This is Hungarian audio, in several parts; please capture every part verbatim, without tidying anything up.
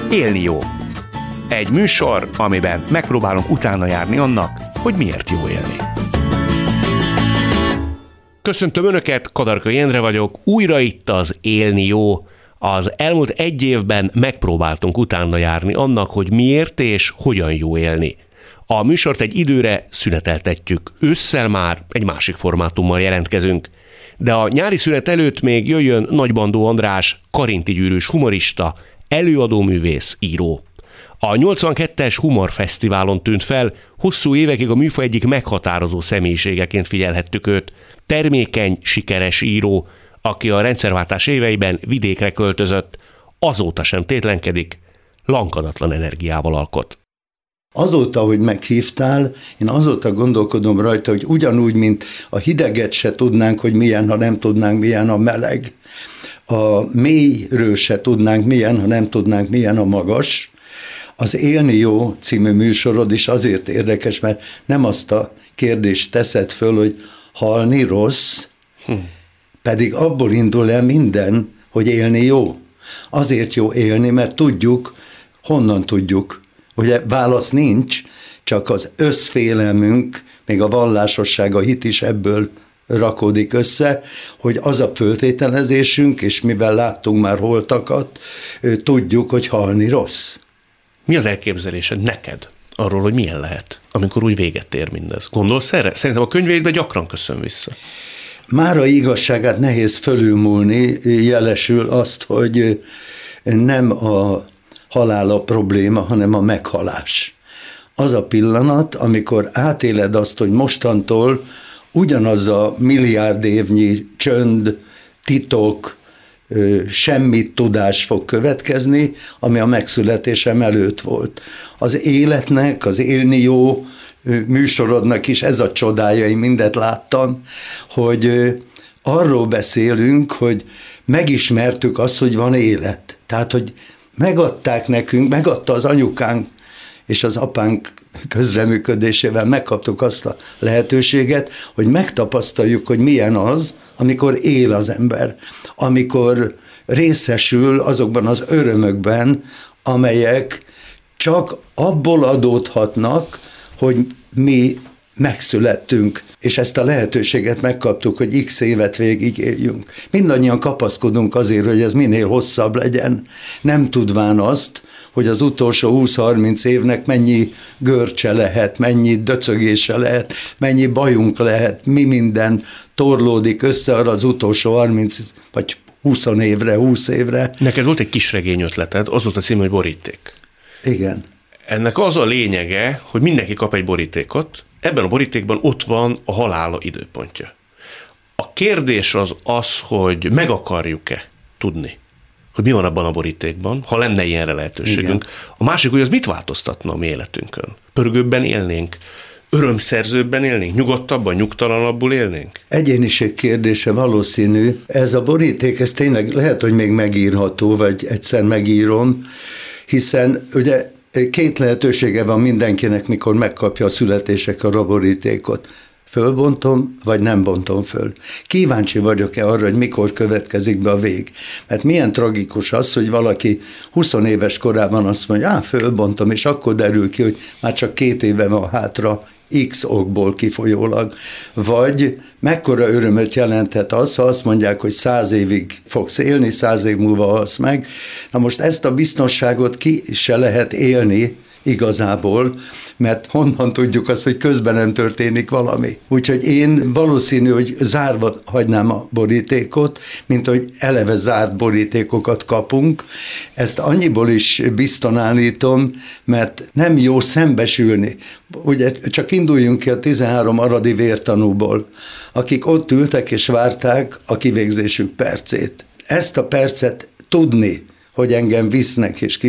Élni jó. Egy műsor, amiben megpróbálunk utána járni annak, hogy miért jó élni. Köszöntöm Önöket, Kadarkai Endre vagyok, újra itt az Élni jó. Az elmúlt egy évben megpróbáltunk utána járni annak, hogy miért és hogyan jó élni. A műsort egy időre szüneteltetjük, ősszel már egy másik formátummal jelentkezünk. De a nyári szünet előtt még jöjjön Nagybandó András, karinti gyűrűs humorista, előadóművész, író. A nyolcvankettes Humorfesztiválon tűnt fel, hosszú évekig a műfaj egyik meghatározó személyiségeként figyelhettük őt. Termékeny, sikeres író, aki a rendszerváltás éveiben vidékre költözött, azóta sem tétlenkedik, lankadatlan energiával alkot. Azóta, hogy meghívtál, én azóta gondolkodom rajta, hogy ugyanúgy, mint a hideget se tudnánk, hogy milyen, ha nem tudnánk, milyen a meleg. A mélyről se tudnánk, milyen, ha nem tudnánk, milyen a magas. Az Élni jó című műsorod is azért érdekes, mert nem azt a kérdést teszed föl, hogy halni rossz, hm. pedig abból indul el minden, hogy élni jó. Azért jó élni, mert tudjuk, honnan tudjuk. Ugye válasz nincs, csak az összfélelmünk, még a vallásosság, a hit is ebből rakódik össze, hogy az a föltételezésünk, és mivel láttunk már holtakat, tudjuk, hogy halni rossz. Mi az elképzelésed neked arról, hogy milyen lehet, amikor úgy véget ér mindez? Gondolsz erre? Szerintem a könyveidben gyakran köszön vissza. Mára igazságát nehéz fölülmúlni, jelesül azt, hogy nem a halál a probléma, hanem a meghalás. Az a pillanat, amikor átéled azt, hogy mostantól ugyanaz a milliárd évnyi csönd, titok, semmit tudás fog következni, ami a megszületésem előtt volt. Az életnek, az Élni jó műsorodnak is ez a csodája, én mindet láttam, hogy arról beszélünk, hogy megismertük azt, hogy van élet. Tehát, hogy megadták nekünk, megadta az anyukánk és az apánk közreműködésével megkaptuk azt a lehetőséget, hogy megtapasztaljuk, hogy milyen az, amikor él az ember, amikor részesül azokban az örömökben, amelyek csak abból adódhatnak, hogy mi megszülettünk, és ezt a lehetőséget megkaptuk, hogy x évet végig éljünk. Mindannyian kapaszkodunk azért, hogy ez minél hosszabb legyen, nem tudván azt, hogy az utolsó húsz-harminc évnek mennyi görcse lehet, mennyi döcögése lehet, mennyi bajunk lehet, mi minden torlódik össze arra az utolsó harminc vagy húsz évre, húsz évre. Neked volt egy kisregény ötleted, az volt a cím, hogy Boríték. Igen. Ennek az a lényege, hogy mindenki kap egy borítékot, ebben a borítékban ott van a halála időpontja. A kérdés az az, hogy meg akarjuk-e tudni, hogy mi van abban a borítékban, ha lenne ilyenre lehetőségünk. Igen. A másik, hogy az mit változtatna a mi életünkön? Pörgőbben élnénk? Örömszerzőbben élnénk? Nyugodtabban, nyugtalanabbul élnénk? Egyéniség kérdése valószínű. Ez a boríték, ez tényleg lehet, hogy még megírható, vagy egyszer megírom, hiszen ugye két lehetősége van mindenkinek, mikor megkapja a születésekor a borítékot. Fölbontom, vagy nem bontom föl. Kíváncsi vagyok-e arra, hogy mikor következik be a vég. Mert milyen tragikus az, hogy valaki húsz éves korában azt mondja, á, fölbontom, és akkor derül ki, hogy már csak két éve van hátra, X okból kifolyólag. Vagy mekkora örömöt jelenthet az, ha azt mondják, hogy száz évig fogsz élni, száz év múlva halsz meg. Na most ezt a biztonságot ki se lehet élni igazából, mert honnan tudjuk azt, hogy közben nem történik valami. Úgyhogy én valószínű, hogy zárva hagynám a borítékot, mint hogy eleve zárt borítékokat kapunk. Ezt annyiból is bizton állítom, mert nem jó szembesülni. Ugye csak induljunk ki a tizenhárom aradi vértanúból, akik ott ültek és várták a kivégzésük percét. Ezt a percet tudni, hogy engem visznek és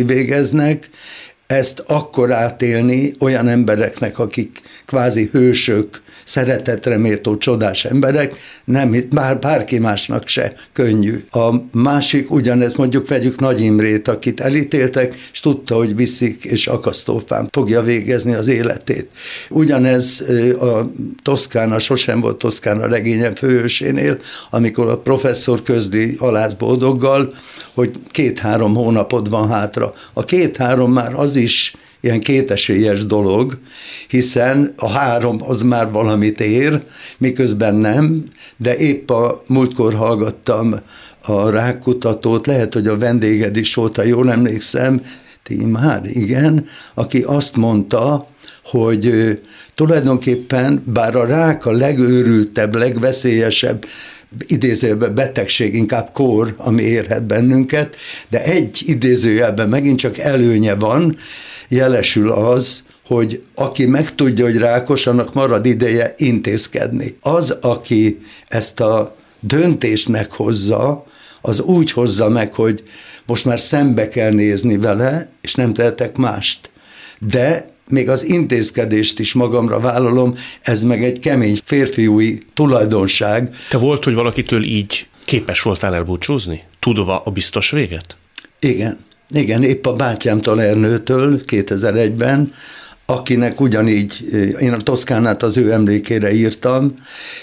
kivégeznek, ezt akkor átélni olyan embereknek, akik kvázi hősök, szeretetre méltó csodás emberek, nem, bár bárki másnak se könnyű. A másik ugyanez, mondjuk vegyük Nagy Imrét, akit elítéltek, és tudta, hogy viszik, és akasztófán fogja végezni az életét. Ugyanez a Toszkána, sosem volt Toszkána regényem főhősénél, amikor a professzor közli halászboldoggal, hogy két-három hónapod van hátra. A két-három már az is ilyen kétesélyes dolog, hiszen a három az már valamit ér, miközben nem, de épp a múltkor hallgattam a rákkutatót, lehet, hogy a vendéged is volt, ha jól emlékszem, Tímár, igen, aki azt mondta, hogy tulajdonképpen bár a rák a legőrültebb, legveszélyesebb idézőjelben betegség, inkább kór, ami érhet bennünket, de egy idézőjelben megint csak előnye van, jelesül az, hogy aki megtudja, hogy rákos, annak marad ideje intézkedni. Az, aki ezt a döntést meghozza, az úgy hozza meg, hogy most már szembe kell nézni vele, és nem tehetek mást. De még az intézkedést is magamra vállalom, ez meg egy kemény férfiúi tulajdonság. Te volt, hogy valakitől így képes voltál elbúcsúzni? Tudva a biztos véget? Igen. Igen, épp a bátyámtól, Ernőtől kétezer-egyben, akinek ugyanígy, én a Toszkánát az ő emlékére írtam,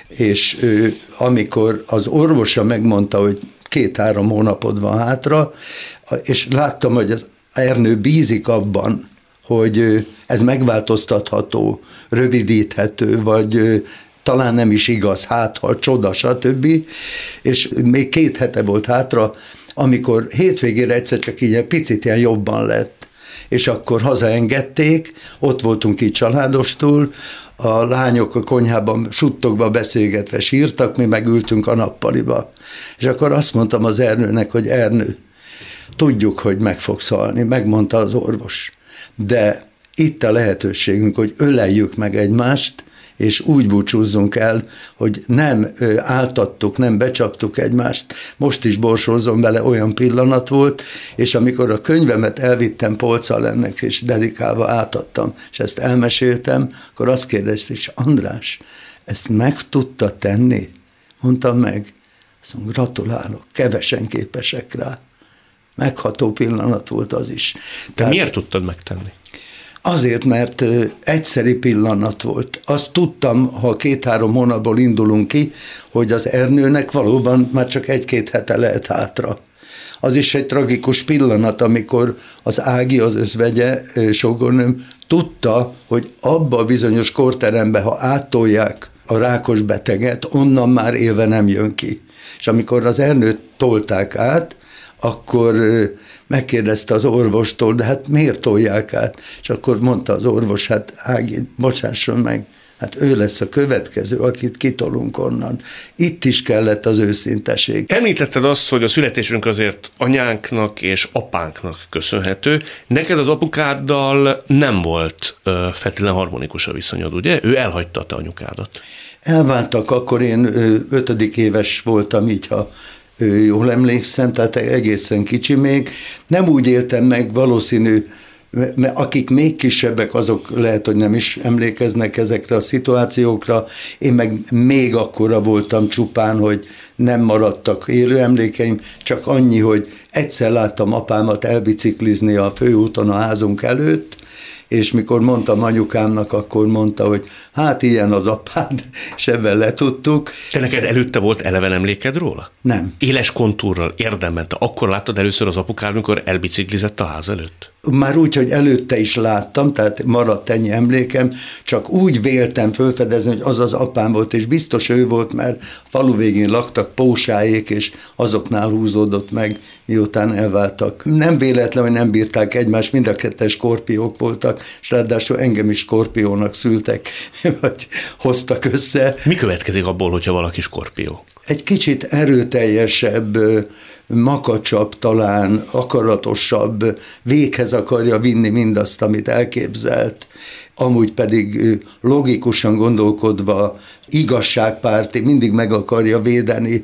és amikor az orvosa megmondta, hogy két-három hónapod van hátra, és láttam, hogy az Ernő bízik abban, hogy ez megváltoztatható, rövidíthető, vagy talán nem is igaz, hát ha csoda, stb. És még két hete volt hátra, amikor hétvégére egyszer csak így egy picit ilyen jobban lett, és akkor hazaengedték, ott voltunk így családostul, a lányok a konyhában suttogva beszélgetve sírtak, mi megültünk a nappaliba. És akkor azt mondtam az Ernőnek, hogy Ernő, tudjuk, hogy meg fogsz halni, megmondta az orvos, de itt a lehetőségünk, hogy öleljük meg egymást, és úgy búcsúzzunk el, hogy nem áltattuk, nem becsaptuk egymást. Most is borsózom vele, olyan pillanat volt, és amikor a könyvemet elvittem polccal ennek, és dedikálva átadtam, és ezt elmeséltem, akkor azt kérdezte, és András, ezt meg tudta tenni? Mondtam meg. Azt mondom, gratulálok, kevesen képesek rá. Megható pillanat volt az is. De Tehát, miért tudtad megtenni? Azért, mert egyszeri pillanat volt. Azt tudtam, ha két-három hónapból indulunk ki, hogy az Ernőnek valóban már csak egy-két hete lehet hátra. Az is egy tragikus pillanat, amikor az Ági, az özvegye, sógornőm tudta, hogy abba a bizonyos korterembe, ha áttolják a rákos beteget, onnan már élve nem jön ki. És amikor az Ernőt tolták át, akkor megkérdezte az orvostól, de hát miért tolják át? És akkor mondta az orvos, hát Ági, bocsásson meg, hát ő lesz a következő, akit kitolunk onnan. Itt is kellett az őszinteség. Említetted azt, hogy a születésünk azért anyánknak és apánknak köszönhető. Neked az apukáddal nem volt ö, feltétlenül harmonikus a viszonyod, ugye? Ő elhagyta a te anyukádat. Elváltak, akkor én ötödik éves voltam, így ha jól emlékszem, tehát egészen kicsi még. Nem úgy éltem meg, valószínű, mert akik még kisebbek, azok lehet, hogy nem is emlékeznek ezekre a szituációkra. Én meg még akkora voltam csupán, hogy nem maradtak élő emlékeim, csak annyi, hogy egyszer láttam apámat elbiciklizni a főúton a házunk előtt, és mikor mondtam anyukámnak, akkor mondta, hogy hát ilyen az apád, és ebben letudtuk. Te neked előtte volt eleven emléked róla? Nem. Éles kontúrral, érdemben. Te akkor láttad először az apukád, amikor elbiciklizett a ház előtt? Már úgy, hogy előtte is láttam, tehát maradt ennyi emlékem, csak úgy véltem felfedezni, hogy az az apám volt, és biztos ő volt, mert a falu végén laktak pósáék, és azoknál húzódott meg, miután elváltak. Nem véletlen, hogy nem bírták egymást, mind a ketten skorpiók voltak, és ráadásul engem is skorpiónak szültek, vagy hoztak össze. Mi következik abból, hogyha valaki skorpió? Egy kicsit erőteljesebb, makacsabb, talán akaratosabb, véghez akarja vinni mindazt, amit elképzelt, amúgy pedig logikusan gondolkodva igazságpárti, mindig meg akarja védeni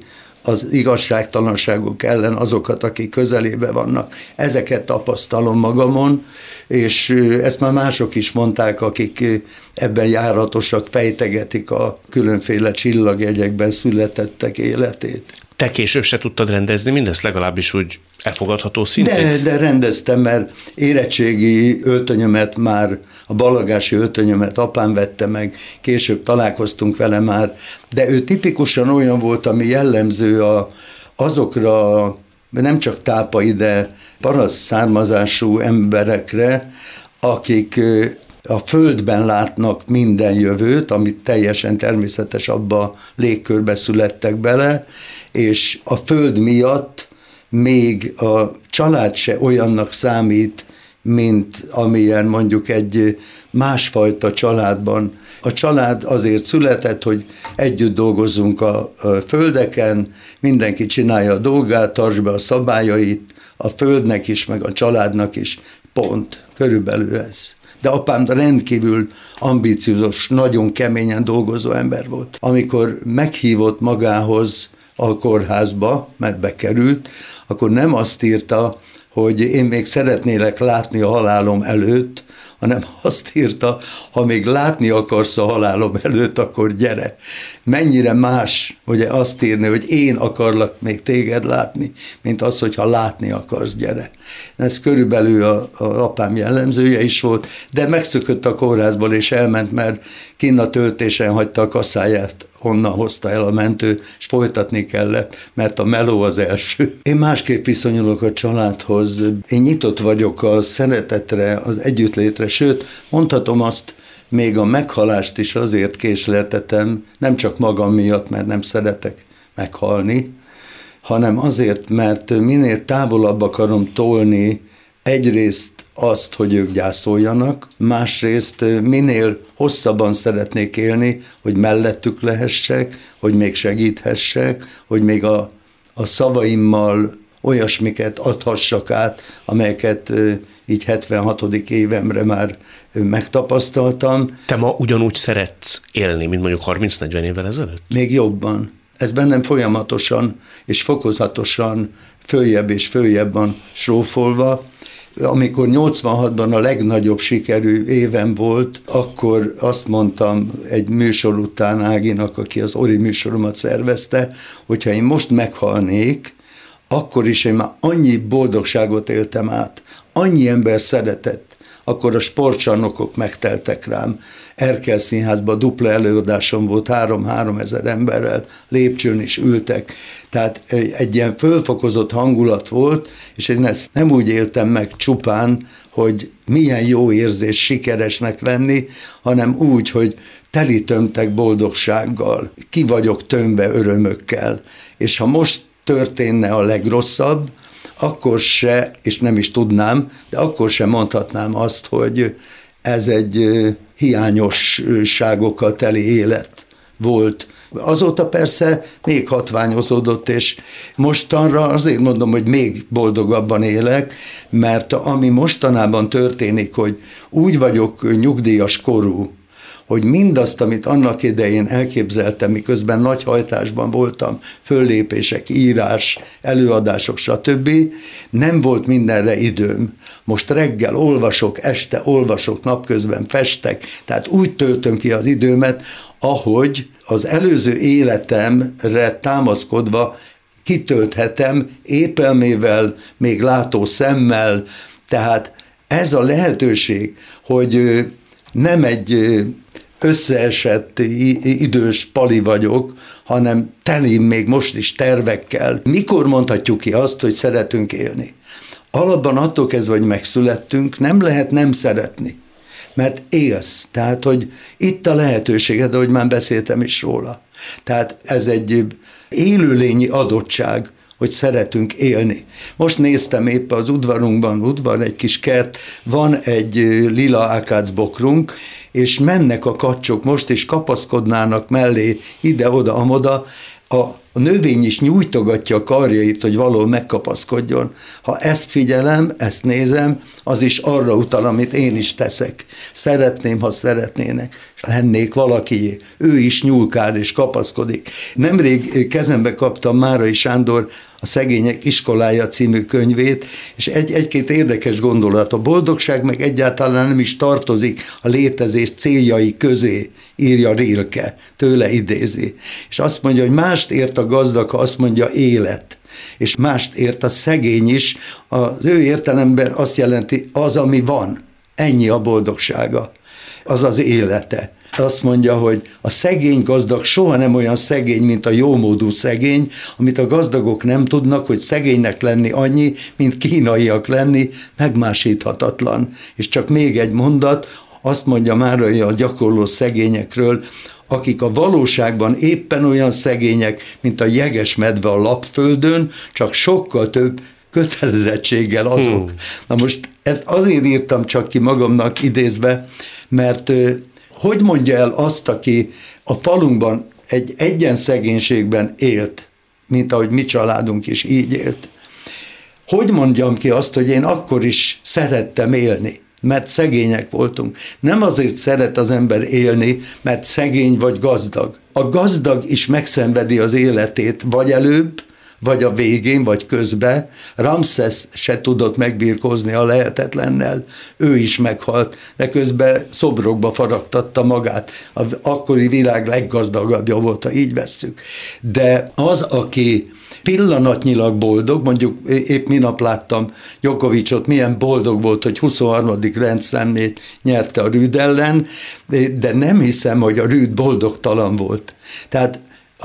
az igazságtalanságok ellen azokat, akik közelébe vannak. Ezeket tapasztalom magamon, és ezt már mások is mondták, akik ebben járatosak, fejtegetik a különféle csillagjegyekben születettek életét. Te később se tudtad rendezni mindezt, legalábbis úgy elfogadható szintén? De, de rendeztem, mert érettségi öltönyömet már, a ballagási öltönyömet apám vette meg, később találkoztunk vele már, de ő tipikusan olyan volt, ami jellemző a, azokra, nem csak tápai, de paraszt származású emberekre, akik a földben látnak minden jövőt, amit teljesen természetes, abba a légkörbe születtek bele, és a föld miatt még a család se olyannak számít, mint amilyen mondjuk egy másfajta családban. A család azért született, hogy együtt dolgozzunk a földeken, mindenki csinálja a dolgát, tartsd be a szabályait, a földnek is, meg a családnak is, pont, körülbelül ez. De apám rendkívül ambíciózus, nagyon keményen dolgozó ember volt. Amikor meghívott magához a kórházba, mert bekerült, akkor nem azt írta, hogy én még szeretnélek látni a halálom előtt, hanem azt írta, ha még látni akarsz a halálom előtt, akkor gyere. Mennyire más, ugye azt írni, hogy én akarlak még téged látni, mint az, hogyha látni akarsz, gyere. Ez körülbelül a, a apám jellemzője is volt, de megszökött a kórházból és elment, mert kinn a töltésen hagyta a kasszáját, honnan hozta el a mentő, és folytatni kellett, mert a meló az első. Én másképp viszonyulok a családhoz. Én nyitott vagyok a szeretetre, az együttlétre, sőt, mondhatom azt, még a meghalást is azért késleltetem, nem csak magam miatt, mert nem szeretek meghalni, hanem azért, mert minél távolabb akarom tolni egyrészt azt, hogy ők gyászoljanak, másrészt minél hosszabban szeretnék élni, hogy mellettük lehessek, hogy még segíthessek, hogy még a, a szavaimmal olyasmiket adhassak át, amelyeket így hetvenhatodik évemre már megtapasztaltam. Te ma ugyanúgy szeretsz élni, mint mondjuk harminc-negyven évvel ezelőtt? Még jobban. Ez bennem folyamatosan és fokozatosan följebb és följebb van srófolva. Amikor nyolcvanhatban a legnagyobb sikerű évem volt, akkor azt mondtam egy műsor után Áginak, aki az Ori műsoromat szervezte, hogyha én most meghalnék, akkor is én már annyi boldogságot éltem át, annyi ember szeretett, akkor a sportcsarnokok megteltek rám. Erkel Színházban dupla előadásom volt, három-három ezer emberrel, lépcsőn is ültek. Tehát egy ilyen fölfokozott hangulat volt, és én ezt nem úgy éltem meg csupán, hogy milyen jó érzés sikeresnek lenni, hanem úgy, hogy teli tömtek boldogsággal, ki vagyok tömve örömökkel. És ha most történne a legrosszabb, akkor se, és nem is tudnám, de akkor sem mondhatnám azt, hogy ez egy hiányosságokkal teli élet volt. Azóta persze még hatványozódott, és mostanra azért mondom, hogy még boldogabban élek, mert ami mostanában történik, hogy úgy vagyok nyugdíjas korú, hogy mindazt, amit annak idején elképzeltem, miközben nagy hajtásban voltam, föllépések, írás, előadások, stb., nem volt mindenre időm. Most reggel olvasok, este olvasok, napközben festek, tehát úgy töltöm ki az időmet, ahogy az előző életemre támaszkodva kitölthetem épelmével, még látó szemmel, tehát ez a lehetőség, hogy nem egy összeesett idős pali vagyok, hanem teli még most is tervekkel. Mikor mondhatjuk ki azt, hogy szeretünk élni? Alapban attól kezdve, hogy megszülettünk, nem lehet nem szeretni, mert élsz. Tehát, hogy itt a lehetőséged, de hogy már beszéltem is róla. Tehát ez egy élőlényi adottság, hogy szeretünk élni. Most néztem éppen az udvarunkban, udvar, egy kis kert, van egy lila ákácbokrunk, és mennek a kacsok, most is kapaszkodnának mellé, ide-oda, amoda, a A növény is nyújtogatja a karjait, hogy valahol megkapaszkodjon. Ha ezt figyelem, ezt nézem, az is arra utal, amit én is teszek. Szeretném, ha szeretnének, és lennék valakié. Ő is nyúlkál és kapaszkodik. Nemrég kezembe kaptam Márai Sándor a Szegények iskolája című könyvét, és egy, egy-két érdekes gondolat. A boldogság meg egyáltalán nem is tartozik a létezés céljai közé, írja Rilke, tőle idézi. És azt mondja, hogy mást ért a gazdag, ha azt mondja élet, és mást ért a szegény is, az ő értelemben azt jelenti az, ami van. Ennyi a boldogsága, az az élete. Azt mondja, hogy a szegény gazdag soha nem olyan szegény, mint a jómódú szegény, amit a gazdagok nem tudnak, hogy szegénynek lenni annyi, mint kínaiak lenni, megmásíthatatlan. És csak még egy mondat, azt mondja Márai a gyakorló szegényekről, akik a valóságban éppen olyan szegények, mint a jegesmedve a lapföldön, csak sokkal több kötelezettséggel azok. Hmm. Na most ezt azért írtam csak ki magamnak idézve, mert hogy mondja el azt, aki a falunkban egy egyen szegénységben élt, mint ahogy mi családunk is így élt. Hogy mondjam ki azt, hogy én akkor is szerettem élni, mert szegények voltunk. Nem azért szeret az ember élni, mert szegény vagy gazdag. A gazdag is megszenvedi az életét, vagy előbb, vagy a végén, vagy közben. Ramszesz se tudott megbirkózni a lehetetlennel, ő is meghalt, de közben szobrokba faragtatta magát. Az akkori világ leggazdagabbja volt, ha így vesszük. De az, aki pillanatnyilag boldog, mondjuk épp minap láttam Djokovicot, milyen boldog volt, hogy huszonharmadik rendszermét nyerte a Rüd ellen, de nem hiszem, hogy a Rüd boldogtalan volt. Tehát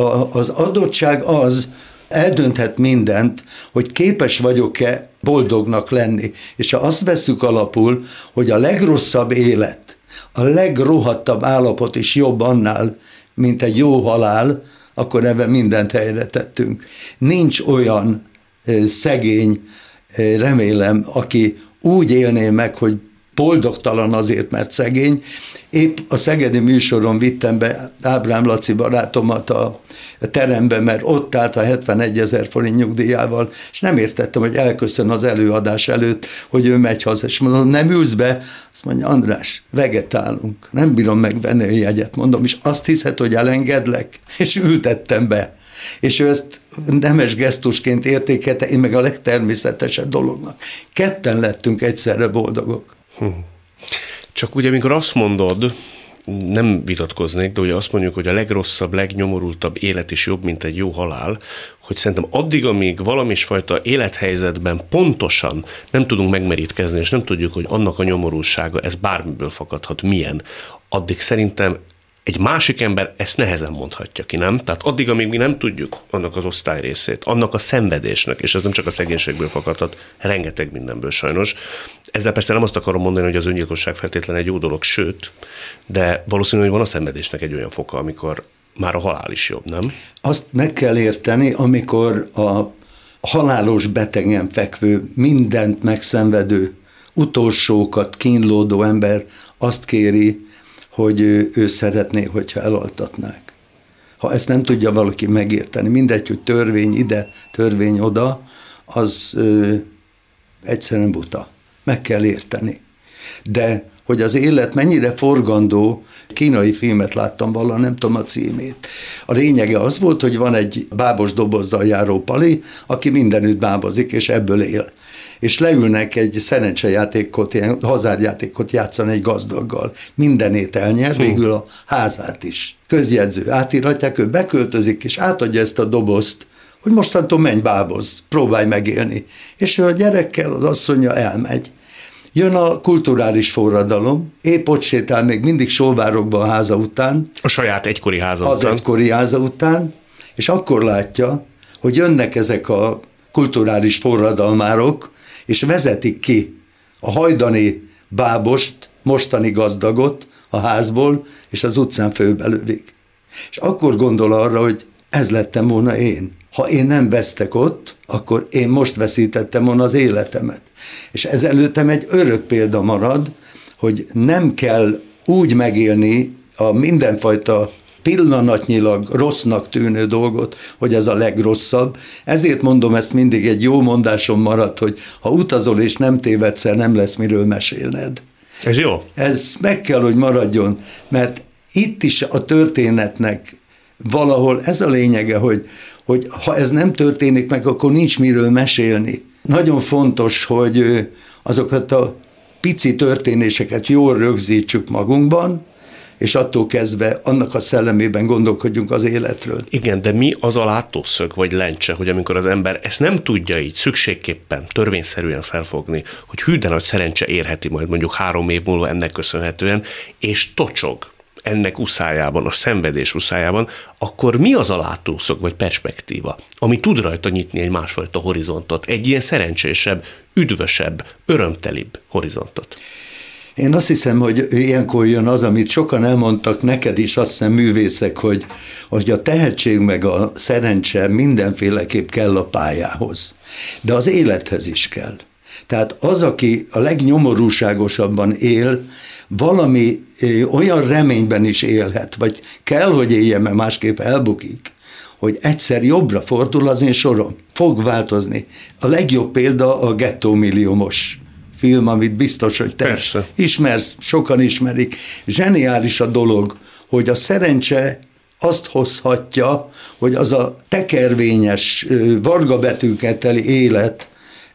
az adottság az, eldönthet mindent, hogy képes vagyok-e boldognak lenni. És ha azt vesszük alapul, hogy a legrosszabb élet, a legrohadtabb állapot is jobb annál, mint egy jó halál, akkor ebben mindent helyre tettünk. Nincs olyan szegény, remélem, aki úgy élné meg, hogy boldogtalan azért, mert szegény. Épp a szegedi műsoron vittem be Ábrám Laci barátomat a terembe, mert ott állt a hetvenegyezer forint nyugdíjával, és nem értettem, hogy elköszön az előadás előtt, hogy ő megy haza, és mondom, nem ülsz be? Azt mondja, András, vegetálunk, nem bírom megvenni a jegyet, mondom, és azt hiszed, hogy elengedlek? És ültettem be. És ő ezt nemes gesztusként értékelte, én meg a legtermészetesebb dolognak. Ketten lettünk egyszerre boldogok. Hm. Csak ugye, amikor azt mondod, nem vitatkoznék, de ugye azt mondjuk, hogy a legrosszabb, legnyomorultabb élet is jobb, mint egy jó halál, hogy szerintem addig, amíg valamisfajta élethelyzetben pontosan nem tudunk megmerítkezni, és nem tudjuk, hogy annak a nyomorultsága, ez bármiből fakadhat, milyen, addig szerintem egy másik ember ezt nehezen mondhatja ki, nem? Tehát addig, amíg mi nem tudjuk annak az osztályrészét, annak a szenvedésnek, és ez nem csak a szegénységből fakadhat, rengeteg mindenből sajnos. Ezzel persze nem azt akarom mondani, hogy az öngyilkosság feltétlenül egy jó dolog, sőt, de valószínű, hogy van a szenvedésnek egy olyan foka, amikor már a halál is jobb, nem? Azt meg kell érteni, amikor a halálos betegen fekvő, mindent megszenvedő, utolsókat kínlódó ember azt kéri, hogy ő, ő szeretné, hogyha elaltatnák. Ha ezt nem tudja valaki megérteni, mindegy, hogy törvény ide, törvény oda, az ö, egyszerűen buta. Meg kell érteni. De hogy az élet mennyire forgandó, kínai filmet láttam valaha, nem tudom a címét. A lényege az volt, hogy van egy bábos dobozzal járó pali, aki mindenütt bábozik, és ebből él. És leülnek egy szerencsejátékot, ilyen hazárjátékot játszani egy gazdaggal. Mindenét elnyer, végül a házát is. Közjegyző, átíratják, ő beköltözik, és átadja ezt a dobozt, hogy mostantól menj báboz, próbálj megélni. És ő a gyerekkel, az asszonya elmegy. Jön a kulturális forradalom, épp ott sétál még mindig Solvárokban a háza után. A saját egykori háza az után. Az egykori háza után, és akkor látja, hogy jönnek ezek a kulturális forradalmárok, és vezetik ki a hajdani bábost, mostani gazdagot a házból, és az utcán főbelövik. És akkor gondol arra, hogy ez lettem volna én. Ha én nem vesztek ott, akkor én most veszítettem volna az életemet. És ez előttem egy örök példa marad, hogy nem kell úgy megélni a mindenfajta pillanatnyilag rossznak tűnő dolgot, hogy ez a legrosszabb. Ezért mondom, ezt mindig egy jó mondásom maradt, hogy ha utazol és nem tévedsz el, nem lesz miről mesélned. Ez jó. Ez meg kell, hogy maradjon, mert itt is a történetnek valahol ez a lényege, hogy, hogy ha ez nem történik meg, akkor nincs miről mesélni. Nagyon fontos, hogy azokat a pici történéseket jól rögzítsük magunkban, és attól kezdve annak a szellemében gondolkodjunk az életről. Igen, de mi az a látószög vagy lencse, hogy amikor az ember ezt nem tudja így szükségképpen, törvényszerűen felfogni, hogy hű de nagy szerencse érheti majd mondjuk három év múlva ennek köszönhetően, és tocsog ennek uszájában, a szenvedés uszájában, akkor mi az a látószög vagy perspektíva, ami tud rajta nyitni egy másfajta horizontot, egy ilyen szerencsésebb, üdvösebb, örömtelibb horizontot? Én azt hiszem, hogy ilyenkor jön az, amit sokan elmondtak neked is, azt hiszem művészek, hogy, hogy a tehetség meg a szerencse mindenféleképp kell a pályához, de az élethez is kell. Tehát az, aki a legnyomorúságosabban él, valami olyan reményben is élhet, vagy kell, hogy éljen, mert másképp elbukik, hogy egyszer jobbra fordul az én sorom. Fog változni. A legjobb példa a Gettó milliómos film, amit biztos, hogy te Persze. ismersz, sokan ismerik. Zseniális a dolog, hogy a szerencse azt hozhatja, hogy az a tekervényes, vargabetűkkel teli élet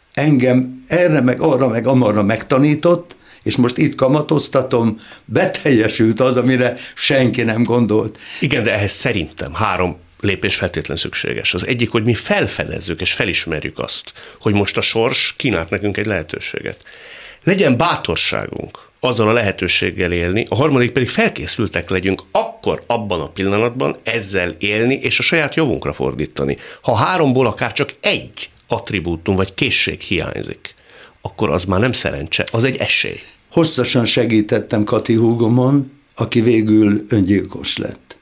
engem erre meg arra meg amarra megtanított, és most itt kamatoztatom, beteljesült az, amire senki nem gondolt. Igen, de ehhez szerintem három lépés feltétlen szükséges. Az egyik, hogy mi felfedezzük és felismerjük azt, hogy most a sors kínált nekünk egy lehetőséget. Legyen bátorságunk azzal a lehetőséggel élni, a harmadik pedig felkészültek legyünk akkor abban a pillanatban ezzel élni és a saját javunkra fordítani. Ha háromból akár csak egy attribútum vagy készség hiányzik, akkor az már nem szerencse, az egy esély. Hosszasan segítettem Kati húgomon, aki végül öngyilkos lett.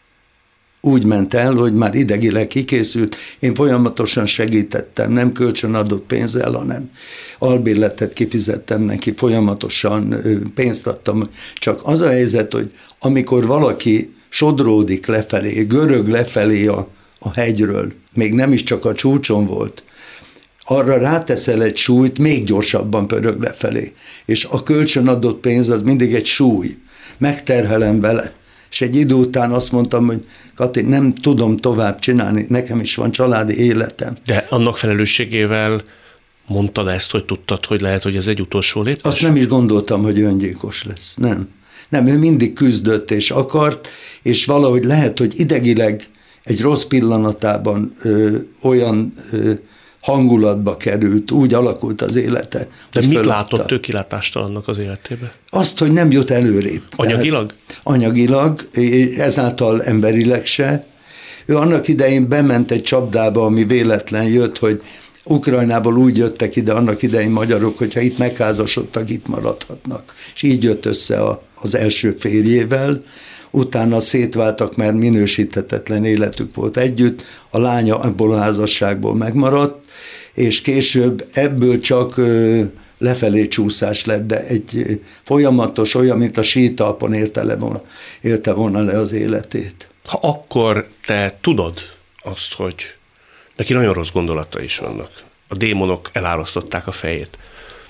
Úgy ment el, hogy már idegileg kikészült, én folyamatosan segítettem, nem kölcsönadott pénzzel, hanem albérletet kifizettem neki, folyamatosan pénzt adtam. Csak az a helyzet, hogy amikor valaki sodródik lefelé, görög lefelé a, a hegyről, még nem is csak a csúcson volt, arra ráteszel egy súlyt, még gyorsabban pörög lefelé. És a kölcsönadott pénz az mindig egy súly. Megterhelem vele. És egy idő után azt mondtam, hogy Kati, nem tudom tovább csinálni, nekem is van családi életem. De annak felelősségével mondtad ezt, hogy tudtad, hogy lehet, hogy ez egy utolsó lépés? Azt nem is gondoltam, hogy öngyilkos lesz. Nem. Nem, ő mindig küzdött és akart, és valahogy lehet, hogy idegileg egy rossz pillanatában ö, olyan ö, hangulatba került, úgy alakult az élete. De mit föladta. Látott ő kilátástalannak az életébe? Azt, hogy nem jut előrébb. Anyagilag? Tehát, anyagilag, ezáltal emberileg se. Ő annak idején bement egy csapdába, ami véletlen jött, hogy Ukrajnából úgy jöttek ide annak idején magyarok, hogyha itt megházasodtak, itt maradhatnak. És így jött össze a, az első férjével, utána szétváltak, mert minősíthetetlen életük volt együtt, a lánya ebből a házasságból megmaradt, és később ebből csak ö, lefelé csúszás lett, de egy folyamatos, olyan, mint a sítalpon élte, le volna, élte volna le az életét. Ha akkor te tudod azt, hogy neki nagyon rossz gondolata is vannak, a démonok elárasztották a fejét,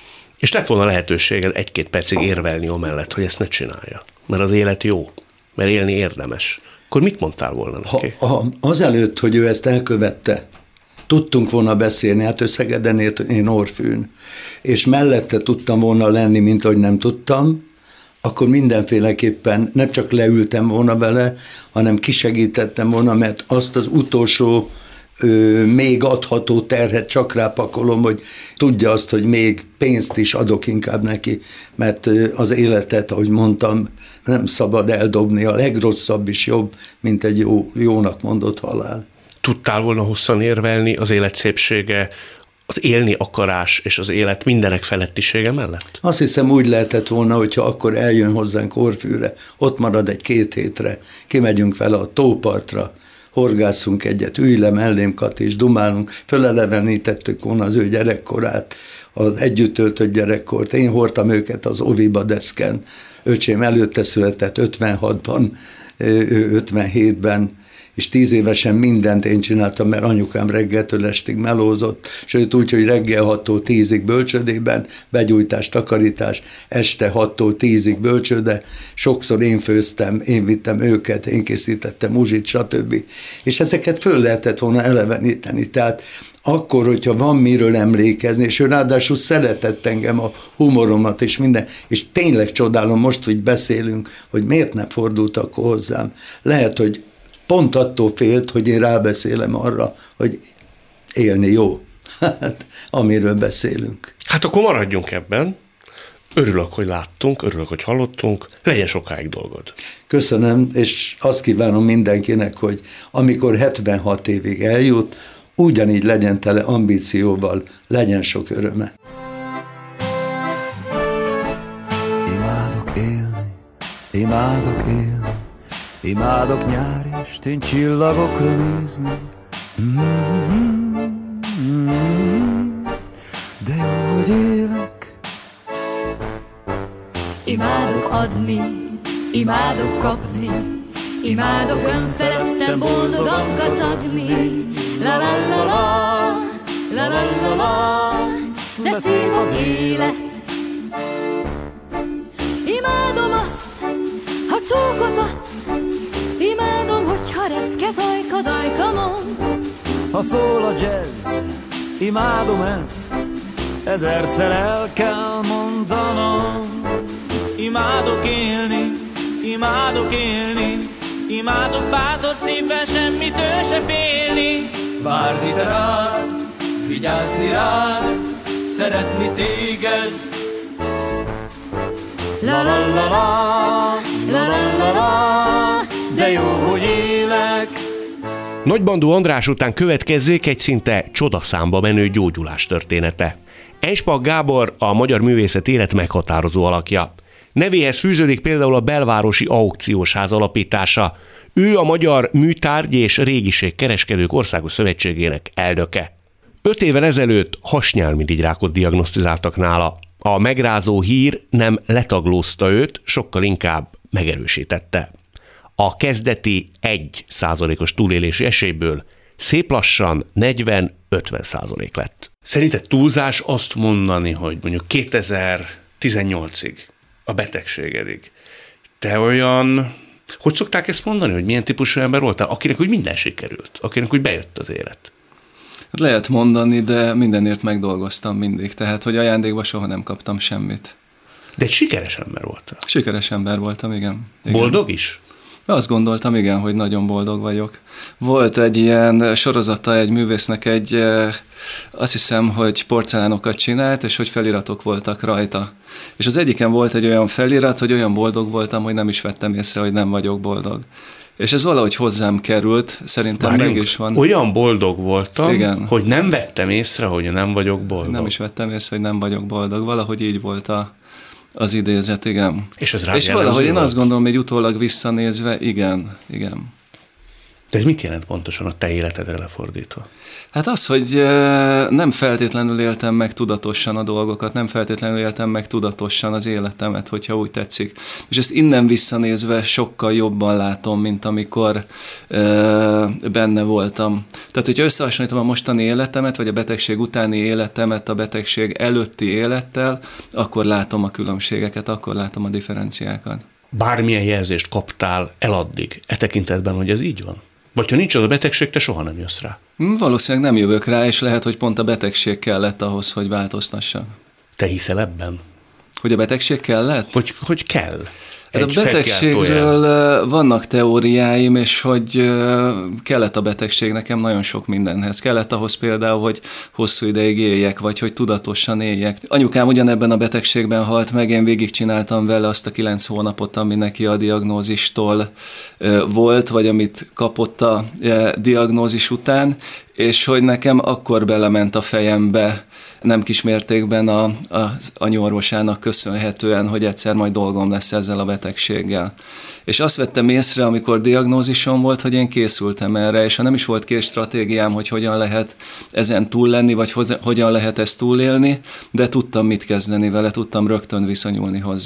és lett volna lehetőséged egy-két percig érvelni amellett, hogy ezt ne csinálja, mert az élet jó, mert élni érdemes, akkor mit mondtál volna neki? Ha, ha azelőtt, hogy ő ezt elkövette, tudtunk volna beszélni, hát ő Szegeden ért, én Orfűn, és mellette tudtam volna lenni, mint hogy nem tudtam, akkor mindenféleképpen nem csak leültem volna vele, hanem kisegítettem volna, mert azt az utolsó ö, még adható terhet csak rápakolom, hogy tudja azt, hogy még pénzt is adok inkább neki, mert az életet, ahogy mondtam, nem szabad eldobni, a legrosszabb is jobb, mint egy jó, jónak mondott halál. Tudtál volna hosszan érvelni az élet szépsége, az élni akarás és az élet mindenek felettisége mellett? Azt hiszem úgy lehetett volna, hogyha akkor eljön hozzánk Orfűre, ott marad egy-két hétre, kimegyünk vele a tópartra, horgászunk egyet, ülj le mellém, Kati, és dumálunk, fölelevenítettük volna az ő gyerekkorát, az együtt töltött gyerekkort. Én hordtam őket az oviba deszken, öcsém előtte született ötvenhatban, ötvenhétben, és tíz évesen mindent én csináltam, mert anyukám reggeltől estig melózott, sőt úgy, hogy reggel hattól tízig bölcsödében, begyújtás, takarítás, este hattól tízig bölcsöde, sokszor én főztem, én vittem őket, én készítettem uzsit, stb. És ezeket föl lehetett volna eleveníteni, tehát akkor, hogyha van miről emlékezni, és ő ráadásul szeretett engem, a humoromat és minden, és tényleg csodálom most, hogy beszélünk, hogy miért nem fordultak hozzám. Lehet, hogy pont attól félt, hogy én rábeszélem arra, hogy élni jó, hát, amiről beszélünk. Hát akkor maradjunk ebben. Örülök, hogy láttunk, örülök, hogy hallottunk. Legyen sokáig dolgod. Köszönöm, és azt kívánom mindenkinek, hogy amikor hetvenhat évig eljut, ugyanígy legyen tele ambícióval, legyen sok öröme. Imádok élni, imádok élni, imádok nyári estén csillagokra nézni. De jó, hogy élek. Imádok adni, imádok kapni, imádok önfeledten boldogan kacagni. La la la la, la la la la, de szép az élet. Imádom azt, ha csókot adsz, imádom, hogyha reszket ajka dajka mond. Ha szól a jazz, imádom ezt, ezerszer el kell mondanom. Imádok élni, imádok élni, imádok bátor szívvel semmitől se félni. Várni te rád, vigyázni rád, szeretni téged. La la la la, la la la la, de jó, hogy élek. Nagybandó András után következzék egy szinte csodaszámba menő gyógyulás története. Enspach Gábor a magyar művészet élet meghatározó alakja. Nevéhez fűződik például a belvárosi aukciós ház alapítása. Ő a Magyar Műtárgy és Régiség Kereskedők Országos Szövetségének elnöke. Öt évvel ezelőtt hasnyálmirigyrákot diagnosztizáltak nála. A megrázó hír nem letaglózta őt, sokkal inkább megerősítette. A kezdeti egy százalékos túlélési esélyből szép lassan negyven-ötven százalék lett. Szerinted túlzás azt mondani, hogy mondjuk kétezer-tizennyolcig, a betegségedig, te olyan, hogy szokták ezt mondani, hogy milyen típusú ember voltál, akinek úgy minden sikerült, akinek úgy bejött az élet? Lehet mondani, de mindenért megdolgoztam mindig, tehát hogy ajándékba soha nem kaptam semmit. De egy sikeres ember voltál. Sikeres ember voltam, igen. igen. Boldog is? Azt gondoltam, igen, hogy nagyon boldog vagyok. Volt egy ilyen sorozata egy művésznek, egy, azt hiszem, hogy porcelánokat csinált, és hogy feliratok voltak rajta. És az egyiken volt egy olyan felirat, hogy olyan boldog voltam, hogy nem is vettem észre, hogy nem vagyok boldog. És ez valahogy hozzám került, szerintem Várjunk, meg is van. Olyan boldog voltam, igen. hogy nem vettem észre, hogy nem vagyok boldog. Nem is vettem észre, hogy nem vagyok boldog. Valahogy így volt a az idézet, igen. És ez rád És valahogy én volt? Azt gondolom, hogy utólag visszanézve, igen, igen. De ez mit jelent pontosan a te életedre lefordítva? Hát az, hogy nem feltétlenül éltem meg tudatosan a dolgokat, nem feltétlenül éltem meg tudatosan az életemet, hogyha úgy tetszik. És ezt innen visszanézve sokkal jobban látom, mint amikor benne voltam. Tehát, hogyha összehasonlítom a mostani életemet, vagy a betegség utáni életemet a betegség előtti élettel, akkor látom a különbségeket, akkor látom a differenciákat. Bármilyen jelzést kaptál el addig, e tekintetben, hogy ez így van? Vagy ha nincs az a betegség, te soha nem jössz rá? Valószínűleg nem jövök rá, és lehet, hogy pont a betegség kellett ahhoz, hogy változtassam. Te hiszel ebben? Hogy a betegség kellett? Hogy, hogy kell? Hát a betegségről vannak teóriáim, és hogy kellett a betegség nekem nagyon sok mindenhez. Kellett ahhoz például, hogy hosszú ideig éljek, vagy hogy tudatosan éljek. Anyukám ugyanebben a betegségben halt meg, én végigcsináltam vele azt a kilenc hónapot, ami neki a diagnózistól volt, vagy amit kapott a diagnózis után, és hogy nekem akkor belement a fejembe, nem kismértékben a, a anyaorvosának köszönhetően, hogy egyszer majd dolgom lesz ezzel a betegséggel. És azt vettem észre, amikor diagnózisom volt, hogy én készültem erre, és ha nem is volt kész stratégiám, hogy hogyan lehet ezen túl lenni, vagy hogyan lehet ezt túlélni, de tudtam mit kezdeni vele, tudtam rögtön viszonyulni hozzá.